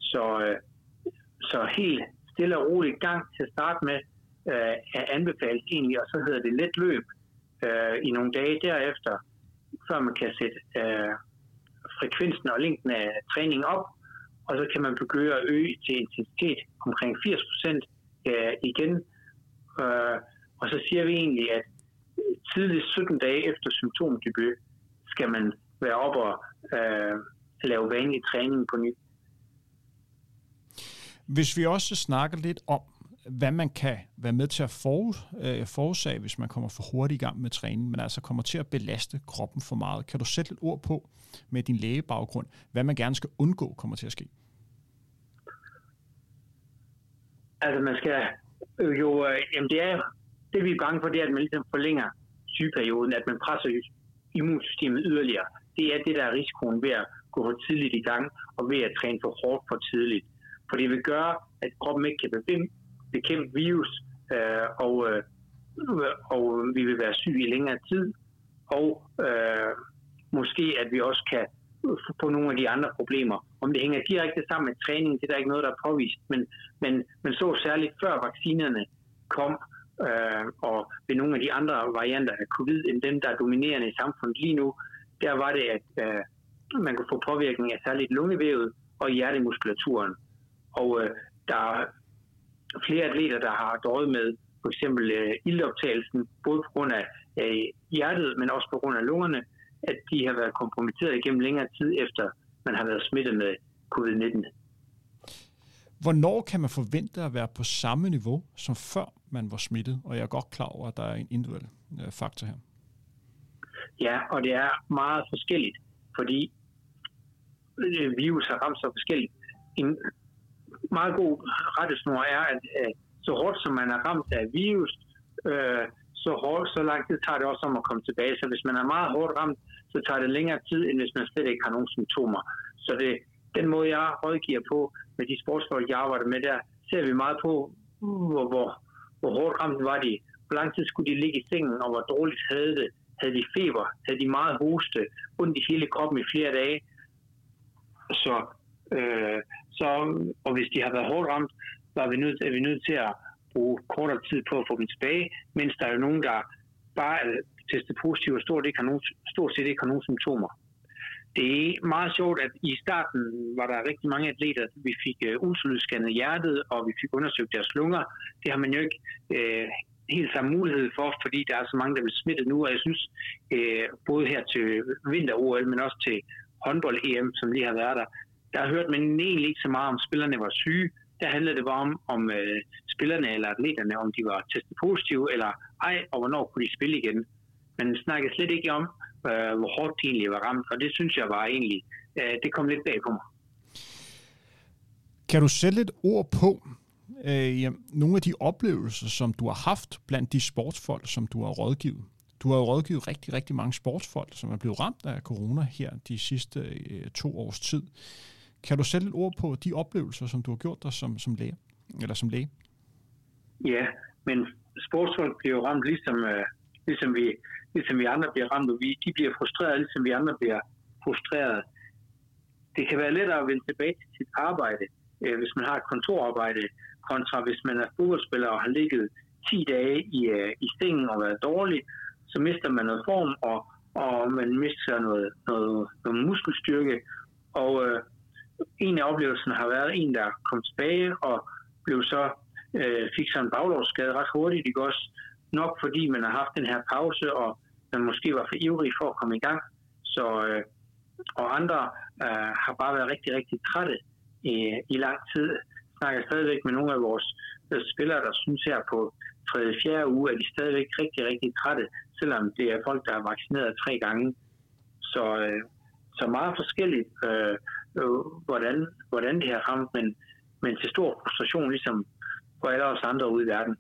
Så helt stille og roligt gang til at starte med, er anbefalt egentlig, og så hedder det let løb i nogle dage derefter, før man kan sætte frekvensen og længden af træningen op, og så kan man begynde at øge til intensitet omkring 80% igen. Og så siger vi egentlig, at tidligt 17 dage efter symptomdebut skal man være op og lave vanlig træning på ny. Hvis vi også snakker lidt om, hvad man kan være med til at forårsage, hvis man kommer for hurtigt i gang med træning, men altså kommer til at belaste kroppen for meget. Kan du sætte lidt ord på med din lægebaggrund, hvad man gerne skal undgå kommer til at ske? Altså man skal det vi er bange for, det er, at man ligesom forlænger sygeperioden, at man presser immunsystemet yderligere. Det er det, der er risikoen ved at gå for tidligt i gang, og ved at træne for hårdt for tidligt. For det vil gøre, at kroppen ikke kan bekæmpe virus, og vi vil være syge i længere tid, og måske at vi også kan få nogle af de andre problemer. Om det hænger direkte sammen med træning, det er der ikke noget, der er påvist, men så særligt før vaccinerne kom, og ved nogle af de andre varianter af covid, end dem, der er dominerende i samfundet lige nu, der var det, at man kunne få påvirkning af særligt lungevævet og hjertemuskulaturen. Og der er flere atleter, der har døjet med for eksempel iltoptagelsen, både på grund af hjertet, men også på grund af lungerne, at de har været kompromitteret igennem længere tid, efter man har været smittet med covid-19. Hvornår kan man forvente at være på samme niveau, som før man var smittet? Og jeg er godt klar over, at der er en individuel faktor her. Ja, og det er meget forskelligt. fordi virus har ramt så forskelligt. En meget god rettesnor er, at så hårdt som man er ramt af virus, så lang tid tager det også om at komme tilbage. Så hvis man er meget hårdt ramt, så tager det længere tid, end hvis man slet ikke har nogen symptomer. Så den måde, jeg rådgiver på med de sportsfolk, jeg arbejder med der, ser vi meget på, hvor hårdt ramt var de, hvor lang tid skulle de ligge i sengen, og hvor dårligt havde de feber, havde de meget hoste, ondt i hele kroppen i flere dage. Og hvis de har været hårdt ramt, er vi nødt til at bruge kortere tid på at få dem tilbage, mens der er jo nogen, der bare er testet positivt og stort set ikke har nogen symptomer. Det er meget sjovt, at i starten var der rigtig mange atleter, vi fik ultralydsscannet hjertet, og vi fik undersøgt deres lunger. Det har man jo ikke helt samme mulighed for, fordi der er så mange, der bliver smittet nu, og jeg synes, både her til vinter-OL, men også til håndbold-EM, som lige har været der hørte man egentlig ikke så meget om spillerne var syge. Der handlede det bare om spillerne eller atleterne, om de var testet positive eller ej, og hvornår kunne de spille igen. Man snakkede slet ikke om, hvor hårdt de egentlig var ramt, og det synes jeg var egentlig, det kom lidt bag på mig. Kan du sætte et ord på nogle af de oplevelser, som du har haft blandt de sportsfolk, som du har rådgivet? Du har jo rådgivet rigtig, rigtig mange sportsfolk, som er blevet ramt af corona her de sidste 2 års tid. Kan du sætte et ord på de oplevelser, som du har gjort dig som læge? Eller som læge? Ja, men sportsfolk bliver jo ramt ligesom vi andre bliver ramt, og de bliver frustreret, ligesom vi andre bliver frustreret. Det kan være lettere at vende tilbage til sit arbejde, hvis man har et kontorarbejde, kontra hvis man er fodboldspiller og har ligget 10 dage i sengen og været dårlig, så mister man noget form, og man mister noget muskelstyrke. Og en af oplevelserne har været en, der kom tilbage og fik så en baglovsskade ret hurtigt. Det går også nok, fordi man har haft den her pause, og man måske var for ivrig for at komme i gang. Og andre har bare været rigtig, rigtig trætte i lang tid. Jeg snakker stadigvæk med nogle af vores spillere, der synes her på 3. 4. uge, at de stadigvæk rigtig, rigtig trætte, selvom det er folk, der er vaccineret 3 gange. Så meget forskelligt, hvordan det har ramt, men til stor frustration, ligesom for alle os andre ude i verden.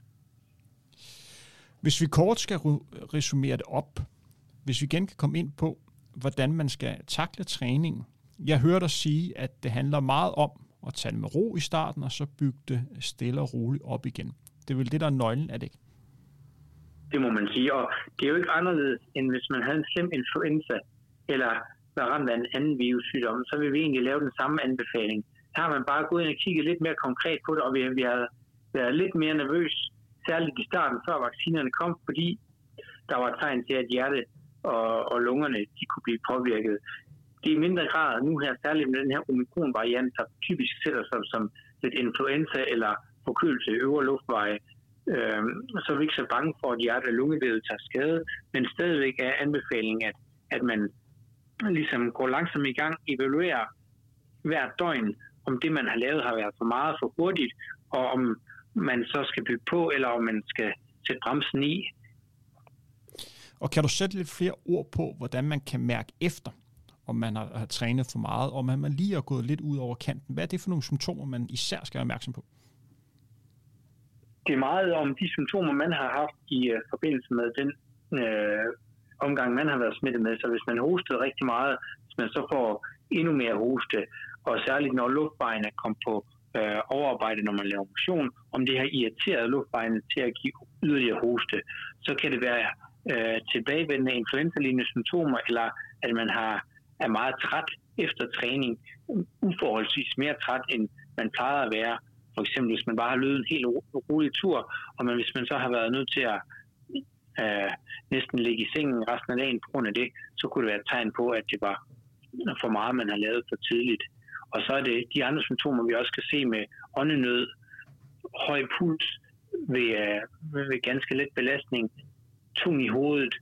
Hvis vi kort skal resumere det op, hvis vi igen kan komme ind på, hvordan man skal takle træningen. Jeg hører dig sige, at det handler meget om at tage det med ro i starten, og så bygge det stille og roligt op igen. Det er vel det, der er nøglen, er det ikke? Det må man sige, og det er jo ikke anderledes, end hvis man havde en slem influenza, eller var ramt af en anden virussygdom, så vil vi egentlig lave den samme anbefaling. Her har man bare gået ind og kigget lidt mere konkret på det, og vi har været lidt mere nervøs, særligt i starten, før vaccinerne kom, fordi der var tegn til, at hjertet og lungerne de kunne blive påvirket. Det er i mindre grad nu her, særligt med den her omikron-variant, der typisk sætter sig som lidt influenza eller forkølelse i øvre luftveje, så er vi ikke så bange for, at hjerte- og lungevævet tager skade, men stadigvæk er anbefalingen, at man ligesom går langsomt i gang, evaluerer hvert døgn, om det, man har lavet, har været for meget, for hurtigt, og om man så skal bygge på, eller om man skal sætte bremsen i. Og kan du sætte lidt flere ord på, hvordan man kan mærke efter, om man har trænet for meget, og om man lige er gået lidt ud over kanten? Hvad er det for nogle symptomer, man især skal være opmærksom på? Det er meget om de symptomer, man har haft i forbindelse med den omgang, man har været smittet med. Så hvis man hostede rigtig meget, hvis man så får endnu mere hoste, og særligt når luftvejene kommer på overarbejde, når man laver motion, om det har irriteret luftvejene til at give yderligere hoste, så kan det være tilbagevendende influenza-lignende symptomer, eller at man er meget træt efter træning, uforholdsvis mere træt, end man plejer at være. For eksempel, hvis man bare har løbet en helt rolig tur, og hvis man så har været nødt til at næsten ligge i sengen resten af dagen på grund af det, så kunne det være et tegn på, at det var for meget, man har lavet for tidligt. Og så er det de andre symptomer, vi også kan se med åndenød, høj puls ved ganske let belastning, tung i hovedet,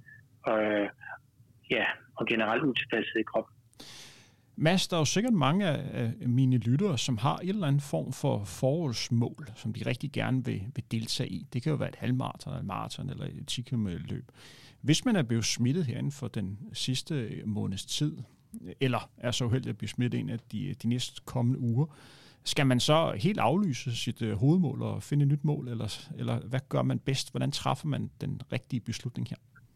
og generelt utilpasset i kroppen. Mads, der er jo sikkert mange af mine lyttere, som har en eller anden form for forårsmål, som de rigtig gerne vil deltage i. Det kan jo være et halvmaraton, et maraton eller et 10 km løb. Hvis man er blevet smittet herinde for den sidste måneds tid, eller er så uheldig at blive smittet en af de næste kommende uger, skal man så helt aflyse sit hovedmål og finde et nyt mål, eller hvad gør man bedst? Hvordan træffer man den rigtige beslutning her?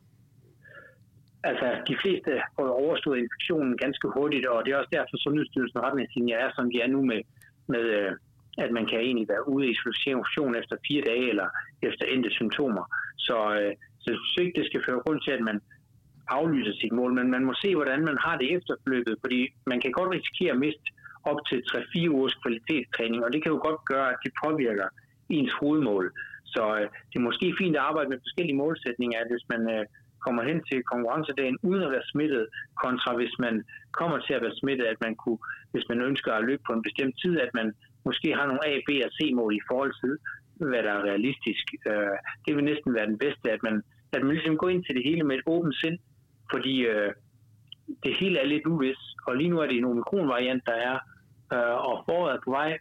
Altså, de fleste får overstået infektionen ganske hurtigt, og det er også derfor, Sundhedsstyrelsen retningslinjer er, som de er nu med at man kan egentlig være ude i isolation efter 4 dage eller efter endte symptomer. Så jeg synes ikke, det skal føre grund til, at man aflyser sit mål, men man må se, hvordan man har det efterforløbet, fordi man kan godt risikere at miste op til 3-4 ugers kvalitetstræning, og det kan jo godt gøre, at det påvirker ens hovedmål. Så det er måske fint at arbejde med forskellige målsætninger, at hvis man kommer hen til konkurrencedagen uden at være smittet, kontra hvis man kommer til at være smittet, at man kunne, hvis man ønsker at løbe på en bestemt tid, at man måske har nogle A, B og C-mål i forhold til, hvad der er realistisk. Det vil næsten være den bedste, at man ligesom går ind til det hele med et åbent sind, fordi det hele er lidt uvis, og lige nu er det en omikron-variant, der er, og foråret er på vej,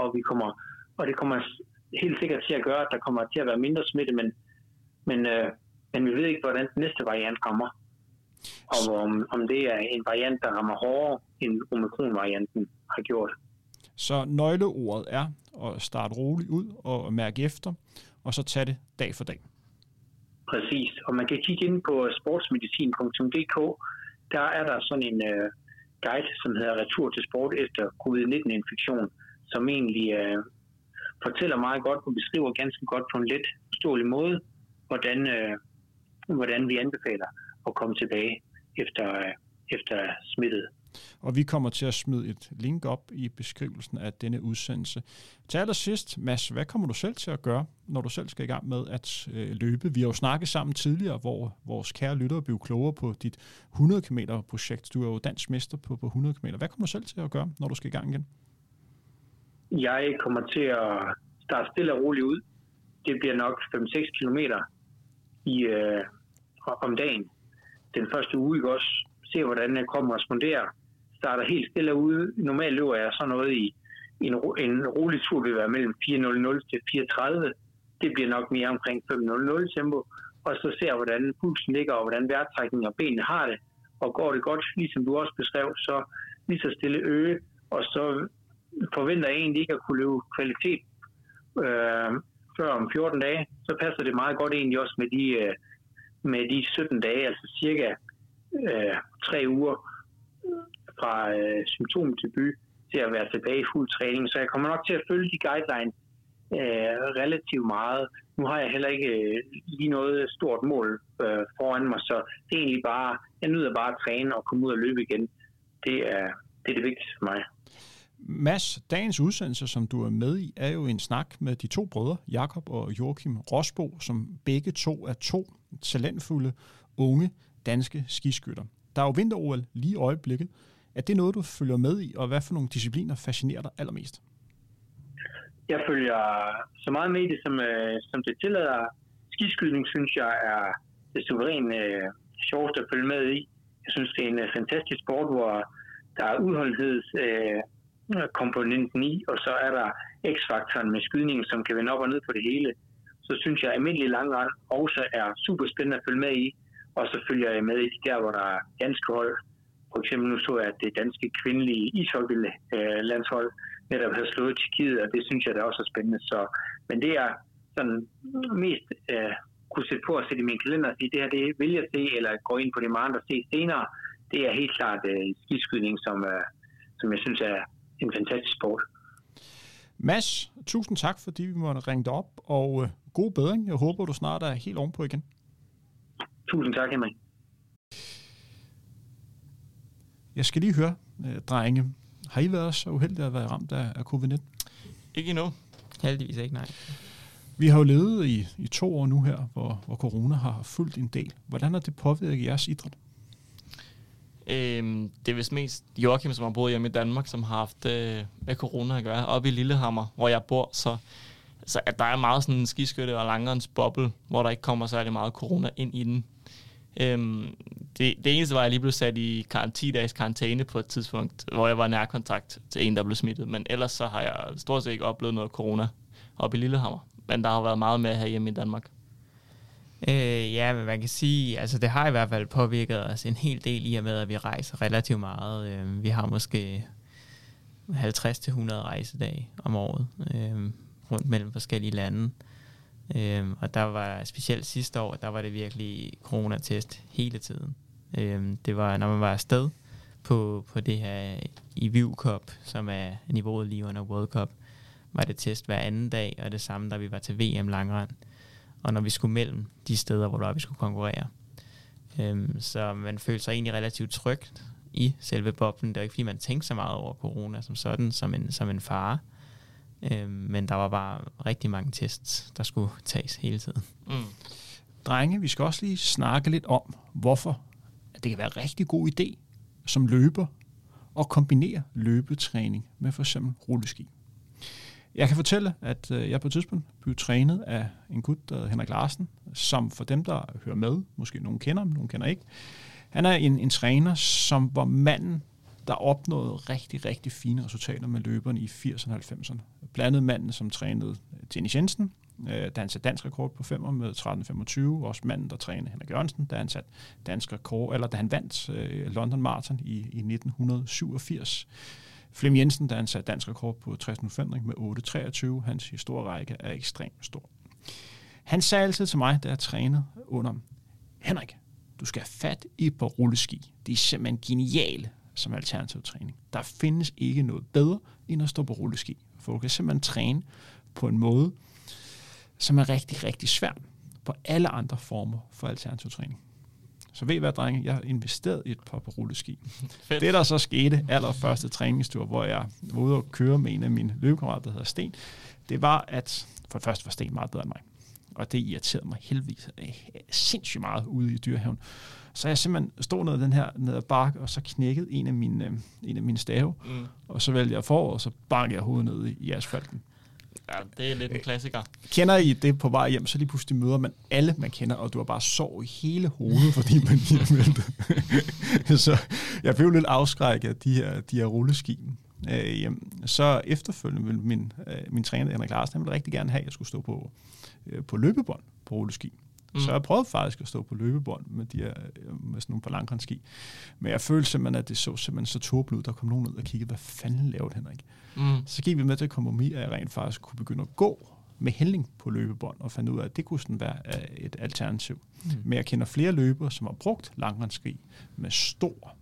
og det kommer helt sikkert til at gøre, at der kommer til at være mindre smitte, men vi ved ikke, hvordan den næste variant rammer. Og om det er en variant, der rammer hårdere, end omikron-varianten har gjort. Så nøgleordet er at starte roligt ud og mærke efter, og så tage det dag for dag. Præcis, og man kan kigge ind på sportsmedicin.dk. Der er der sådan en guide, som hedder Retur til sport efter covid-19-infektion, som egentlig fortæller meget godt og beskriver ganske godt på en let forståelig måde, hvordan vi anbefaler at komme tilbage efter smittet. Og vi kommer til at smide et link op i beskrivelsen af denne udsendelse. Til allersidst, Mads, hvad kommer du selv til at gøre, når du selv skal i gang med at løbe? Vi har jo snakket sammen tidligere, hvor vores kære lyttere blev klogere på dit 100 km-projekt. Du er jo dansk mester på 100 km. Hvad kommer du selv til at gøre, når du skal i gang igen? Jeg kommer til at starte stille og roligt ud. Det bliver nok 5-6 kilometer om dagen. Den første uge, ikke også? Se, hvordan jeg kommer og responderer. Starter helt stille ude. Normalt løber jeg så noget i en rolig tur, vil være mellem 4.00 til 4.30. Det bliver nok mere omkring 5.00 tempo. Og så ser jeg, hvordan pulsen ligger, og hvordan vejrtrækningen og benene har det. Og går det godt, ligesom du også beskrev, så lige så stille øge. Og så forventer jeg egentlig ikke at kunne løbe kvalitet før om 14 dage. Så passer det meget godt egentlig også med de 17 dage, altså cirka 3 uger fra symptomdebut til at være tilbage i fuld træning. Så jeg kommer nok til at følge de guidelines relativt meget. Nu har jeg heller ikke lige noget stort mål foran mig, så det er egentlig bare, jeg nyder bare at træne og komme ud og løbe igen. Det er det vigtigste for mig. Mads, dagens udsendelse, som du er med i, er jo en snak med de 2 brødre, Jakob og Joachim Rosbo, som begge 2 er 2 talentfulde, unge danske skiskytter. Der er jo vinter-OL lige i øjeblikket. Er det noget, du følger med i, og hvad for nogle discipliner fascinerer dig allermest? Jeg følger så meget med i det, som det tillader. Skiskydning, synes jeg, er det suverænt sjoveste at følge med i. Jeg synes, det er en fantastisk sport, hvor der er udholdenhedskomponenten i, og så er der x-faktoren med skydningen, som kan vende op og ned på det hele. Så synes jeg, at almindelig langrend også er super spændende at følge med i. Og så følger jeg med i de der, hvor der er danske hold. For eksempel nu så jeg, at det danske kvindelige ishockey-landshold netop har slået Tjekkiet, og det synes jeg, der også er spændende. Men det er sådan mest kunne sætte på at sætte i min kalender og sige, det her det vil jeg se, eller gå ind på det med andre og se senere. Det er helt klart skiskydning, som jeg synes er en fantastisk sport. Mads, tusind tak, fordi vi måtte ringe dig op, og god bedring. Jeg håber, du snart er helt ovenpå igen. Tusind tak, Henrik. Jeg skal lige høre, drenge, har I været så uheldige at være ramt af covid-19? Ikke endnu. Heldigvis ikke, nej. Vi har jo levet i 2 år nu her, hvor corona har fulgt en del. Hvordan har det påvirket jeres idræt? Det er vist mest Joachim, som har boet hjemme i Danmark, som har haft med corona at gøre. Oppe i Lillehammer, hvor jeg bor, så at der er meget sådan en skiskytte og langrensboble, hvor der ikke kommer særlig meget corona ind i den. Det eneste var, at jeg lige blev sat i 10 dages karantæne på et tidspunkt, hvor jeg var nærkontakt til en, der blev smittet. Men ellers så har jeg stort set ikke oplevet noget corona oppe i Lillehammer. Men der har været meget med herhjemme i Danmark. Ja, men man kan sige, altså det har i hvert fald påvirket os en hel del i og med, at vi rejser relativt meget. Vi har måske 50-100 rejsedage om året rundt mellem forskellige lande. Og der var specielt sidste år, der var det virkelig coronatest hele tiden. Det var, når man var afsted på det her i Viv Cup, som er niveauet lige under World Cup, var det test hver anden dag, og det samme, da vi var til VM langrend. Og når vi skulle mellem de steder, hvor vi skulle konkurrere. Så man følte sig egentlig relativt trygt i selve boblen. Det var ikke, fordi man tænkte så meget over corona som sådan, som en fare. Men der var bare rigtig mange tests, der skulle tages hele tiden. Drenge, vi skal også lige snakke lidt om, hvorfor det kan være en rigtig god idé som løber at kombinere løbetræning med for eksempel rulleski. Jeg kan fortælle, at jeg på et tidspunkt blev trænet af en gut, der hedder Henrik Larsen, som for dem, der hører med, måske nogen kender ham, nogen kender ikke. Han er en træner, som var manden, der opnåede rigtig, rigtig fine resultater med løberne i 80'erne og 90'erne. Blandt andet manden, som trænede Dennis Jensen, da han satte dansk rekord på 5'er med 13.25, også manden, der trænede Henrik Jørgensen, da han satte dansk rekord, eller da han vandt London Marathon i 1987. Flem Jensen, da han satte dansk rekord på 60.05 med 8.23. Hans historierække er ekstremt stor. Han sagde altid til mig, da jeg trænede under Henrik, du skal have fat i på rulleski. De er simpelthen geniale som alternativ træning. Der findes ikke noget bedre, end at stå på rulleski. For du kan simpelthen træne på en måde, som er rigtig, rigtig svært på alle andre former for alternativ træning. Så ved I hvad, drenge? Jeg har investeret i et par på rulleski. Det, der så skete allerførste træningstur, hvor jeg var ude og køre med en af mine løbekammerater, der hedder Sten, det var, at for det første var Sten meget bedre end mig. Og det irriterede mig heldigvis sindssygt meget ude i Dyrehaven. Så jeg simpelthen stod ned ad bakke, og så knækkede en af mine stave, og så vælgte jeg for, og så bankede jeg hovedet ned i asfalten. Ja, det er lidt en klassiker. Kender I det på vej hjem, så lige pludselig møder man alle, man kender, og du har bare sår i hele hovedet, fordi man lige er meldt. Så jeg blev lidt afskrækket af de her rulleski. Så efterfølgende ville min træner, Henrik Larsen, han ville rigtig gerne have, at jeg skulle stå på løbebånd på rulleski. Så jeg prøvede faktisk at stå på løbebånd med sådan nogle langrendsski. Men jeg følte simpelthen, at det så simpelthen så tåbeligt ud. Der kom nogen ud og kiggede, hvad fanden lavede Henrik? Så gik vi med til kompromis, at jeg rent faktisk kunne begynde at gå med hældning på løbebånd, og fandt ud af, at det kunne sådan være et alternativ. Men jeg kender flere løbere, som har brugt langrendsski med stor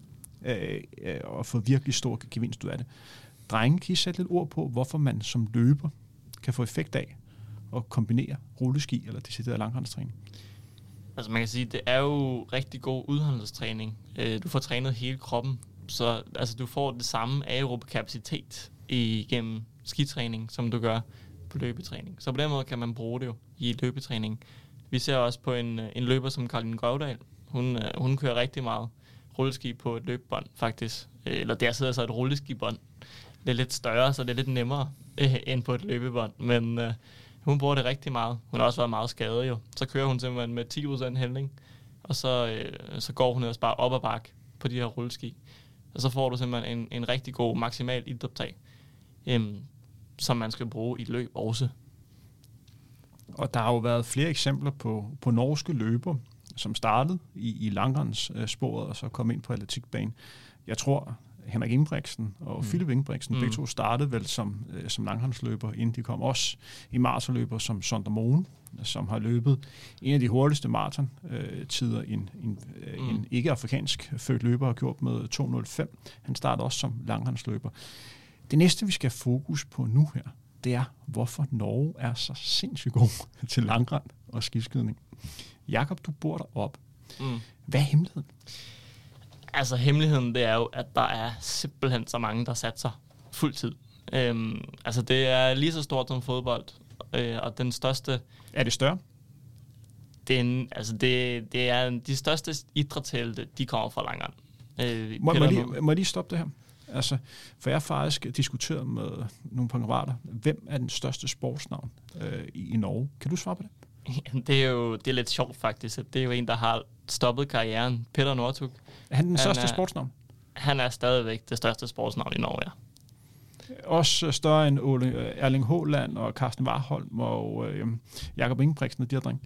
og fået virkelig stor gevinst ud af det. Drenge, kan I sætte lidt ord på, hvorfor man som løber kan få effekt af at kombinere rulleski eller decideret langrenstræning? Altså man kan sige, det er jo rigtig god udholdenhedstræning. Du får trænet hele kroppen, så altså, du får det samme aerobe kapacitet igennem skitræning, som du gør på løbetræning. Så på den måde kan man bruge det jo i løbetræning. Vi ser også på en løber som Karoline Grøvdal. Hun kører rigtig meget rulleski på et løbebånd, faktisk. Eller der sidder så et rulleskibånd. Det er lidt større, så det er lidt nemmere end på et løbebånd. Men hun bruger det rigtig meget. Hun har også været meget skadet jo. Så kører hun simpelthen med 10% hældning, og så går hun også bare op ad bakke på de her rulleski. Og så får du simpelthen en rigtig god maksimal iltoptag, som man skal bruge i løb også. Og der har jo været flere eksempler på norske løber, som startede i langrendssporet og så kom ind på atletikbanen. Jeg tror, Henrik Ingebrigtsen og Philip Ingebrigtsen, begge to startede vel som langrensløber, inden de kom også i maratonløber som Sondre Moen, som har løbet en af de hurtigste maratontider, en ikke-afrikansk født løber har gjort med 2.05. Han startede også som langrensløber. Det næste, vi skal have fokus på nu her, det er, hvorfor Norge er så sindssygt god til langrend og skiskydning. Jakob, du bor deroppe. Hvad er hemmeligheden? Altså hemmeligheden, det er jo, at der er simpelthen så mange, der satser fuldtid. Altså det er lige så stort som fodbold, og den største... Er det større? Det er de største idrætshelte, de kommer fra langrend. Må jeg lige stoppe det her? Altså, for jeg har faktisk diskuteret med nogle kammerater, hvem er den største sportsnavn i Norge? Kan du svare på det? Det er lidt sjovt faktisk. Det er jo en, der har stoppet karrieren. Petter Northug. Er han den største sportsnavn? Han er stadigvæk det største sportsnavn i Norge, ja. Også større end Erling Haaland og Carsten Warholm og Jakob Ingebrigtsen og de her drenge?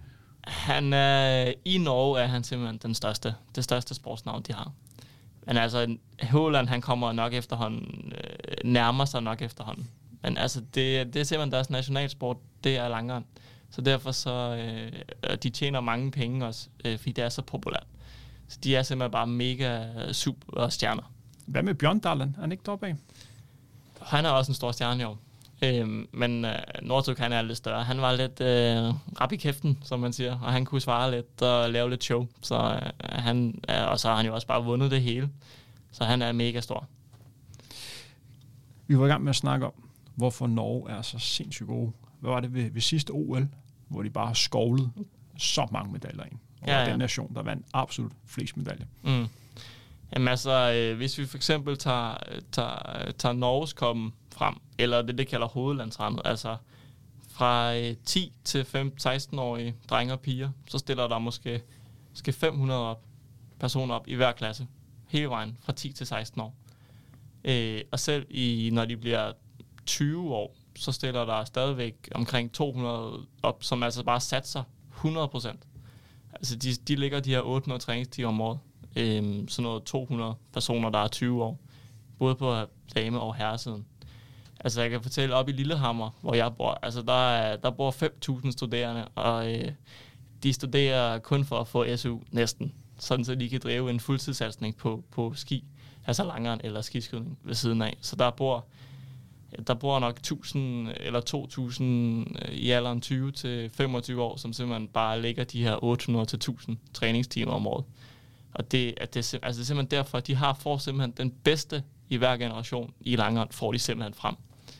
I Norge er han simpelthen det største sportsnavn, de har. Men altså, Haaland, han kommer nok efterhånden, nærmer sig nok efterhånden. Men altså, det er simpelthen deres nationalsport, det er langrend. Så derfor så, de tjener mange penge også, fordi det er så populært. Så de er simpelthen bare mega super stjerner. Hvad med Bjørndalen? Er han ikke deroppe af? Han er også en stor stjerne, jo. Men Northug, han er lidt større. Han var lidt rap i kæften, som man siger, og han kunne svare lidt og lave lidt show. Så og så har han jo også bare vundet det hele. Så han er mega stor. Vi var i gang med at snakke om, hvorfor Norge er så sindssygt gode. Hvad var det ved sidste OL, hvor de bare har skovlet så mange medaljer ind? Og den nation, der vandt absolut flest medaljer. Mm. Jamen altså, hvis vi for eksempel tager Norges komme frem, eller det kalder hovedlandsrendet, altså fra 10 til 16-årige drenge og piger, så stiller der måske 500 personer op i hver klasse, hele vejen fra 10 til 16 år. Og selv når de bliver 20 år, så stiller der stadigvæk omkring 200 op, som altså bare satser 100%. Altså de ligger de her 800 træningstimer om året. Sådan noget 200 personer, der er 20 år, både på dame- og herresiden. Altså jeg kan fortælle, op i Lillehammer, hvor jeg bor, altså der bor 5.000 studerende, og de studerer kun for at få SU næsten, sådan så de kan drive en fuldtidssatsning på ski, altså langrend eller skiskydning ved siden af. Så der bor nok 1.000 eller 2.000 i alderen 20 til 25 år, som simpelthen bare lægger de her 800 til 1.000 træningstimer om året. Og det er simpelthen derfor, at de får simpelthen den bedste i hver generation i langrend, får de simpelthen frem.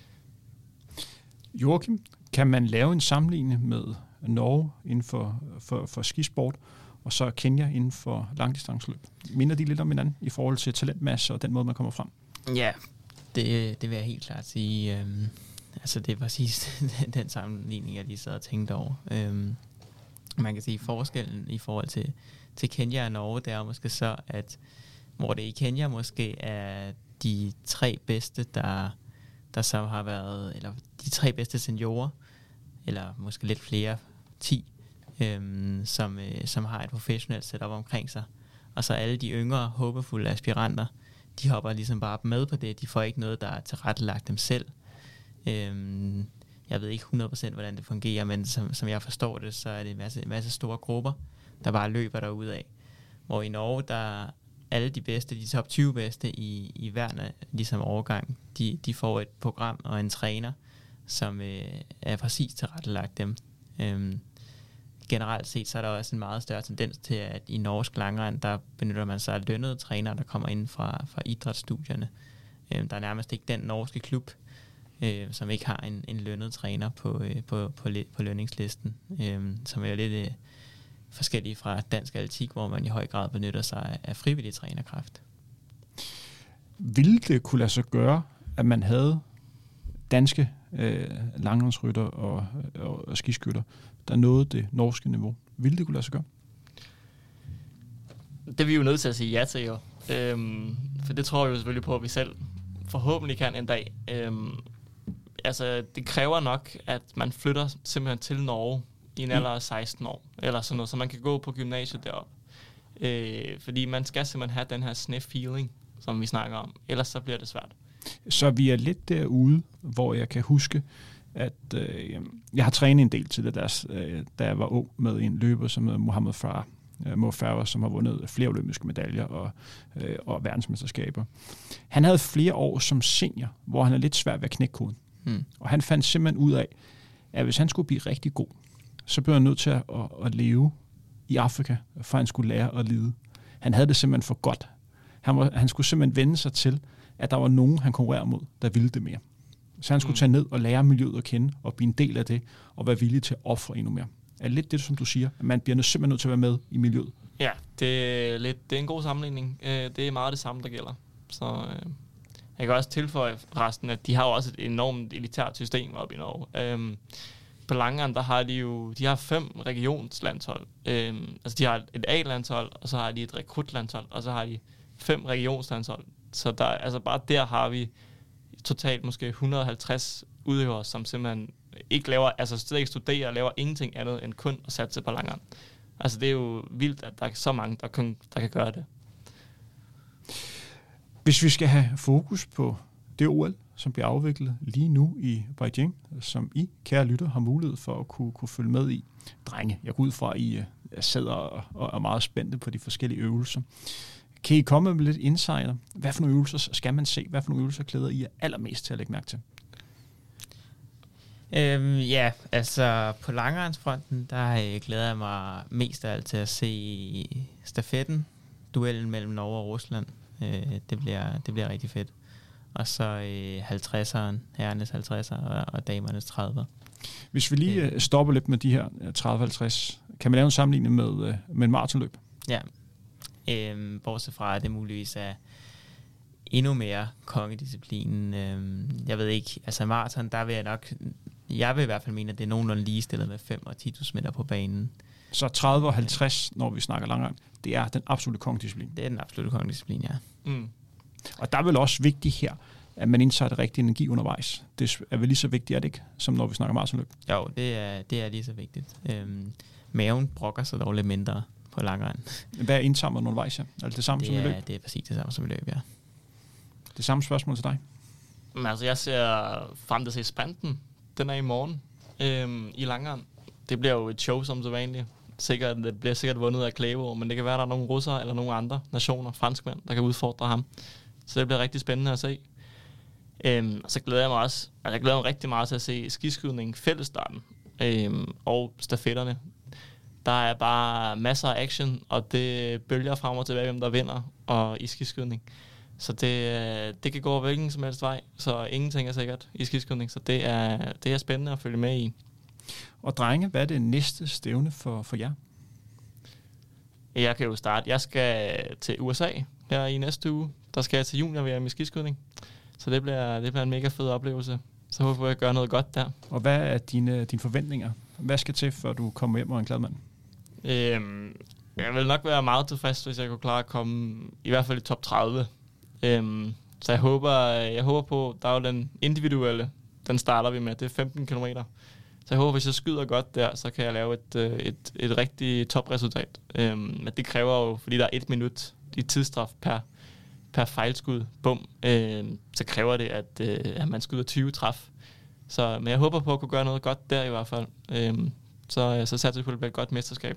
Joachim, kan man lave en sammenligning med Norge inden for skisport, og så Kenya inden for langdistanceløb? Minder de lidt om hinanden i forhold til talentmasse og den måde, man kommer frem? Ja, det vil jeg helt klart sige. Altså det er præcis den sammenligning, jeg lige sad og tænkte over. Man kan sige, forskellen i forhold til Kenya og Norge, det er måske så, at hvor det i Kenya måske er de 3 bedste, der så har været, eller de 3 bedste seniorer, eller måske lidt flere, 10, som har et professionelt setup omkring sig. Og så alle de yngre, håbefulde aspiranter, de hopper ligesom bare med på det. De får ikke noget, der er tilrettelagt dem selv. Jeg ved ikke 100% hvordan det fungerer, men som jeg forstår det, så er det en masse store grupper, der bare løber derudad. Hvor i Norge, der alle de bedste, de top 20 bedste i hver ligesom overgang, de får et program og en træner, som er præcis tilrettelagt dem. Generelt set, så er der også en meget større tendens til, at i norsk langrend, der benytter man sig af lønnede trænere, der kommer ind fra idrætsstudierne. Der er nærmest ikke den norske klub, som ikke har en lønnet træner på lønningslisten, som er lidt forskellige fra dansk atletik, hvor man i høj grad benytter sig af frivillig trænerkraft. Ville det kunne lade sig gøre, at man havde danske langrendsrytter og skiskytter, der nåede det norske niveau? Ville det kunne lade sig gøre? Det er vi jo nødt til at sige ja til, jo. For det tror jeg jo selvfølgelig på, at vi selv forhåbentlig kan en dag. Altså, det kræver nok, at man flytter simpelthen til Norge i en alder af 16 år, eller sådan noget, så man kan gå på gymnasiet deroppe. Fordi man skal simpelthen have den her sniff feeling, som vi snakker om. Ellers så bliver det svært. Så vi er lidt derude, hvor jeg kan huske, at jeg har trænet en del til det, da jeg var ung med en løber som Mohamed Farah, Mo Farah, som har vundet flere olympiske medaljer og verdensmesterskaber. Han havde flere år som senior, hvor han er lidt svær ved at knække koden. Og han fandt simpelthen ud af, at hvis han skulle blive rigtig god, så blev han nødt til at leve i Afrika, for han skulle lære at lide. Han havde det simpelthen for godt. Han skulle simpelthen vende sig til, at der var nogen, han konkurrerede mod, der ville det mere. Så han skulle tage ned og lære miljøet at kende, og blive en del af det, og være villig til at ofre endnu mere. Er det lidt det, som du siger, at man bliver simpelthen nødt til at være med i miljøet? Ja, det er en god sammenligning. Det er meget det samme, der gælder. Så jeg kan også tilføje resten, at de har jo også et enormt elitært system oppe i Norge. På langrend, der har de har 5 regionslandshold. Altså de har et A-landshold, og så har de et rekrutlandshold, og så har de 5 regionslandshold. Så der, altså bare der har vi totalt måske 150 udøvere, som simpelthen ikke studerer og laver ingenting andet end kun at satse på langrend. Altså det er jo vildt, at der er så mange, der kan gøre det. Hvis vi skal have fokus på det OL, som bliver afviklet lige nu i Beijing, som I, kære lytter, har mulighed for at kunne følge med i. Drenge, jeg går ud fra, at I sidder og er meget spændte på de forskellige øvelser. Kan I komme med lidt insider? Hvad for nogle øvelser skal man se? Hvad for nogle øvelser klæder I allermest til at lægge mærke til? Ja, altså på langrendsfronten, der glæder jeg mig mest af alt til at se stafetten, duellen mellem Norge og Rusland. Det bliver rigtig fedt. Og så 50'eren, herrenes 50'er og damernes 30'er. Hvis vi lige stopper lidt med de her 30-50, kan man lave en sammenligning med en maratonløb? Ja, bortset fra, at det muligvis er endnu mere kongedisciplinen. Jeg ved ikke, altså maraton, der vil jeg vil i hvert fald mene, at det er nogenlunde ligestillet med 5 og 10.000 meter på banen. Så 30 og 50, når vi snakker langrend, det er den absolutte kongedisciplin? Det er den absolutte kongedisciplin, ja. Mm. Og der er vel også vigtigt her, at man indtager det rigtige energi undervejs. Det er vel lige så vigtigt, er det ikke, som når vi snakker maratonløb? Jo, det er lige så vigtigt. Maven brokker sig dog lidt mindre på langrend. Hvad indtager man undervejs? Ja? Er det det samme som i løb? Det er præcis det samme som i løb, ja. Det samme spørgsmål til dig? Men altså, jeg ser frem til at se sprinten. Den er i morgen i langrend. Det bliver jo et show som så vanligt. Det bliver sikkert vundet af Klæbo, men det kan være, at der er nogle russere eller nogle andre nationer, franskmænd, der kan udfordre ham. Så det bliver rigtig spændende at se. Og så glæder jeg mig også, jeg glæder mig rigtig meget til at se skiskydning, fællesstarten og stafetterne. Der er bare masser af action, og det bølger frem og tilbage, hvem der vinder og i skiskydning. Så det kan gå hvilken som helst vej, så ingenting er sikkert i skiskydning, så det er spændende at følge med i. Og drenge, hvad er det næste stævne for jer? Jeg kan jo starte. Jeg skal til USA her i næste uge. Der skal jeg til junior-VM i skiskydning. Så det bliver en mega fed oplevelse. Så håber jeg, at gøre noget godt der. Og hvad er dine forventninger? Hvad skal til, før du kommer hjem og er en glad mand? Jeg vil nok være meget tilfreds, hvis jeg kunne klare at komme i hvert fald i top 30. Så jeg håber på, der er jo den individuelle, den starter vi med, det er 15 km. Så jeg håber, hvis jeg skyder godt der, så kan jeg lave et rigtig topresultat. Men det kræver jo, fordi der er 1 minut i tidsstraf per fejlskud, så kræver det, at man skyder 20 træf. Men jeg håber på at kunne gøre noget godt der i hvert fald. Så satser jeg på, at det bliver et godt mesterskab.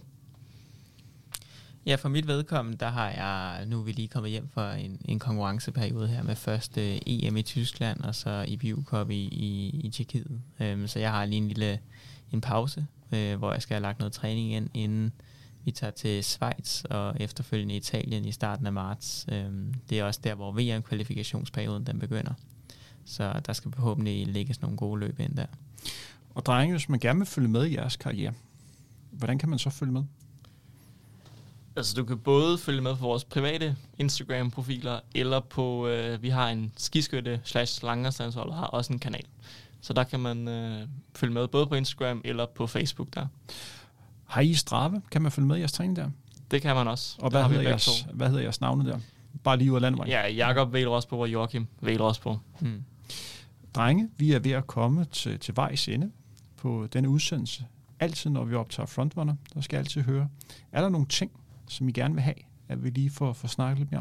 Ja, for mit vedkommende, der har jeg, nu er vi lige kommet hjem for en konkurrenceperiode her med først EM i Tyskland, og så IBU Cup i Tjekkiet. Så jeg har lige en pause, hvor jeg skal have lagt noget træning ind, inden vi tager til Schweiz og efterfølgende Italien i starten af marts. Det er også der, hvor VM-kvalifikationsperioden den begynder. Så der skal forhåbentlig lægges nogle gode løb ind der. Og drenge, hvis man gerne vil følge med i jeres karriere, hvordan kan man så følge med? Altså, du kan både følge med på vores private Instagram-profiler, eller på, vi har en skidskytte/langrenslandshold, og har også en kanal. Så der kan man følge med både på Instagram eller på Facebook der. Har I Strava? Kan man følge med i jeres træning der? Det kan man også. Og hvad hedder jeres navne der? Bare lige ud af landevejen. Ja, Jakob Væhl-Rosbo og Joachim Væhl-Rosbo. Drenge, vi er ved at komme til vejs ende på denne udsendelse. Altid, når vi optager Frontrunner, der skal jeg altid høre. Er der nogle ting, som I gerne vil have, at vi lige får snakket lidt mere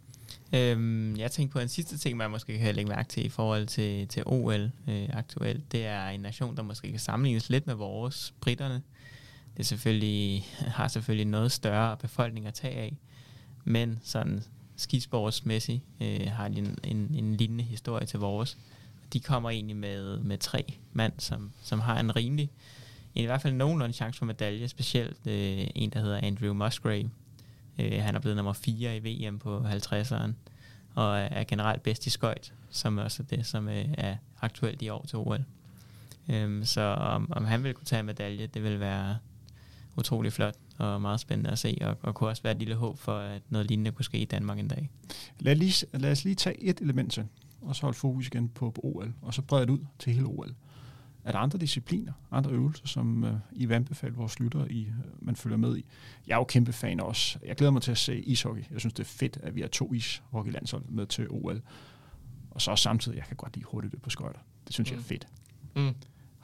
om? Jeg tænker på en sidste ting, man måske kan lægge mærke til i forhold til OL aktuelt. Det er en nation, der måske kan sammenlignes lidt med vores, britterne. Det har selvfølgelig noget større befolkning at tage af, men sådan skisportsmæssigt har de en lignende historie til vores. De kommer egentlig med 3 mand, som har en rimelig, i hvert fald nogenlunde chance for medalje, specielt en, der hedder Andrew Musgrave. Han er blevet nummer 4 i VM på 50'eren, og er generelt bedst i skøjt, som også det, som er aktuelt i år til OL. Så om han vil kunne tage en medalje, det vil være utrolig flot og meget spændende at se, og kunne også være et lille håb for, at noget lignende kunne ske i Danmark en dag. Lad os lige tage et element til, og så holde fokus igen på OL, og så brede det ud til hele OL. Er der andre discipliner, andre øvelser, som I vil anbefale vores lyttere, man følger med i? Jeg er jo kæmpe fan også. Jeg glæder mig til at se ishockey. Jeg synes, det er fedt, at vi har 2 ishockeylandshold med til OL. Og så samtidig, jeg kan godt lide hurtigt løb på skøjter. Det synes jeg er fedt.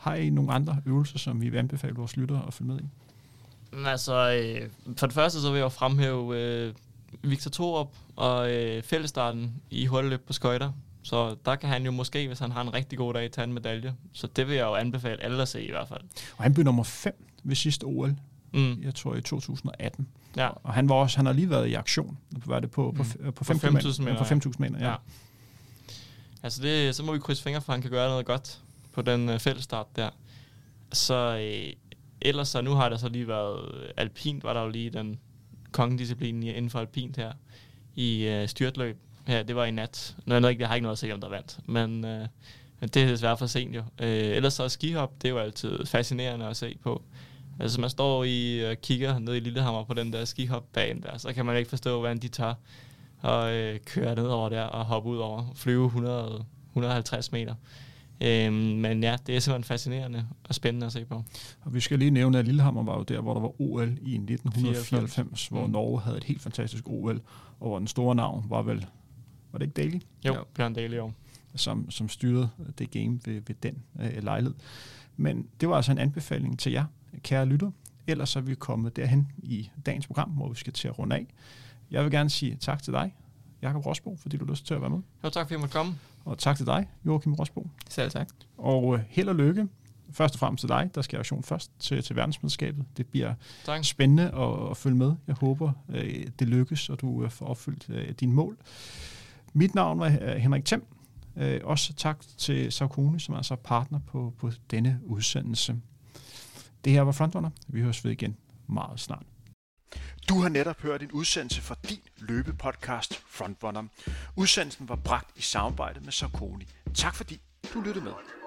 Har I nogle andre øvelser, som vi vil anbefale vores lyttere at følge med i? Altså, for det første så vil jeg fremhæve Victor Thorup og fællesstarten i hurtigløb på skøjter. Så der kan han jo måske, hvis han har en rigtig god dag, tage en medalje. Så det vil jeg jo anbefale alle at se i hvert fald. Og han blev nummer 5 ved sidste OL. Jeg tror i 2018. Ja. Og han har lige været i aktion. Var det på 5.000 meter? På 5.000 meter, ja. Altså så må vi krydse fingre for, at han kan gøre noget godt på den fællesstart der. Så ellers så nu har der så lige været alpint, var der jo lige den kongedisciplinen inden for alpint her i styrtløb. Ja, det var i nat. Jeg har ikke noget at se, om der vandt, men det er desværre for sent jo. Ellers så skihop, det er jo altid fascinerende at se på. Altså man står og kigger ned i Lillehammer på den der skihopbane der, så kan man ikke forstå, hvordan de tager og kører ned over der og hopper ud over, flyve 150 meter. Men ja, det er simpelthen fascinerende og spændende at se på. Og vi skal lige nævne, at Lillehammer var jo der, hvor der var OL i 1994, hvor Norge havde et helt fantastisk OL, og hvor den store navn var det ikke Daly? Jo, Bjørn Daly, jo. Som styrede det game ved den lejlighed. Men det var altså en anbefaling til jer, kære lytter. Ellers er vi kommet derhen i dagens program, hvor vi skal til at runde af. Jeg vil gerne sige tak til dig, Jakob Rosbo, fordi du har lyst til at være med. Jo, tak fordi jeg måtte komme. Og tak til dig, Joachim Rosbo. Selv tak. Og held og lykke. Først og fremmest til dig, der skal aktion først til verdensmesterskabet. Det bliver spændende at følge med. Jeg håber, det lykkes, og du får opfyldt dine mål. Mit navn var Henrik Thiem. Også tak til Saucony, som er altså partner på denne udsendelse. Det her var Frontrunner. Vi høres ved igen meget snart. Du har netop hørt en udsendelse fra din løbepodcast Frontrunner. Udsendelsen var bragt i samarbejde med Saucony. Tak fordi du lyttede med.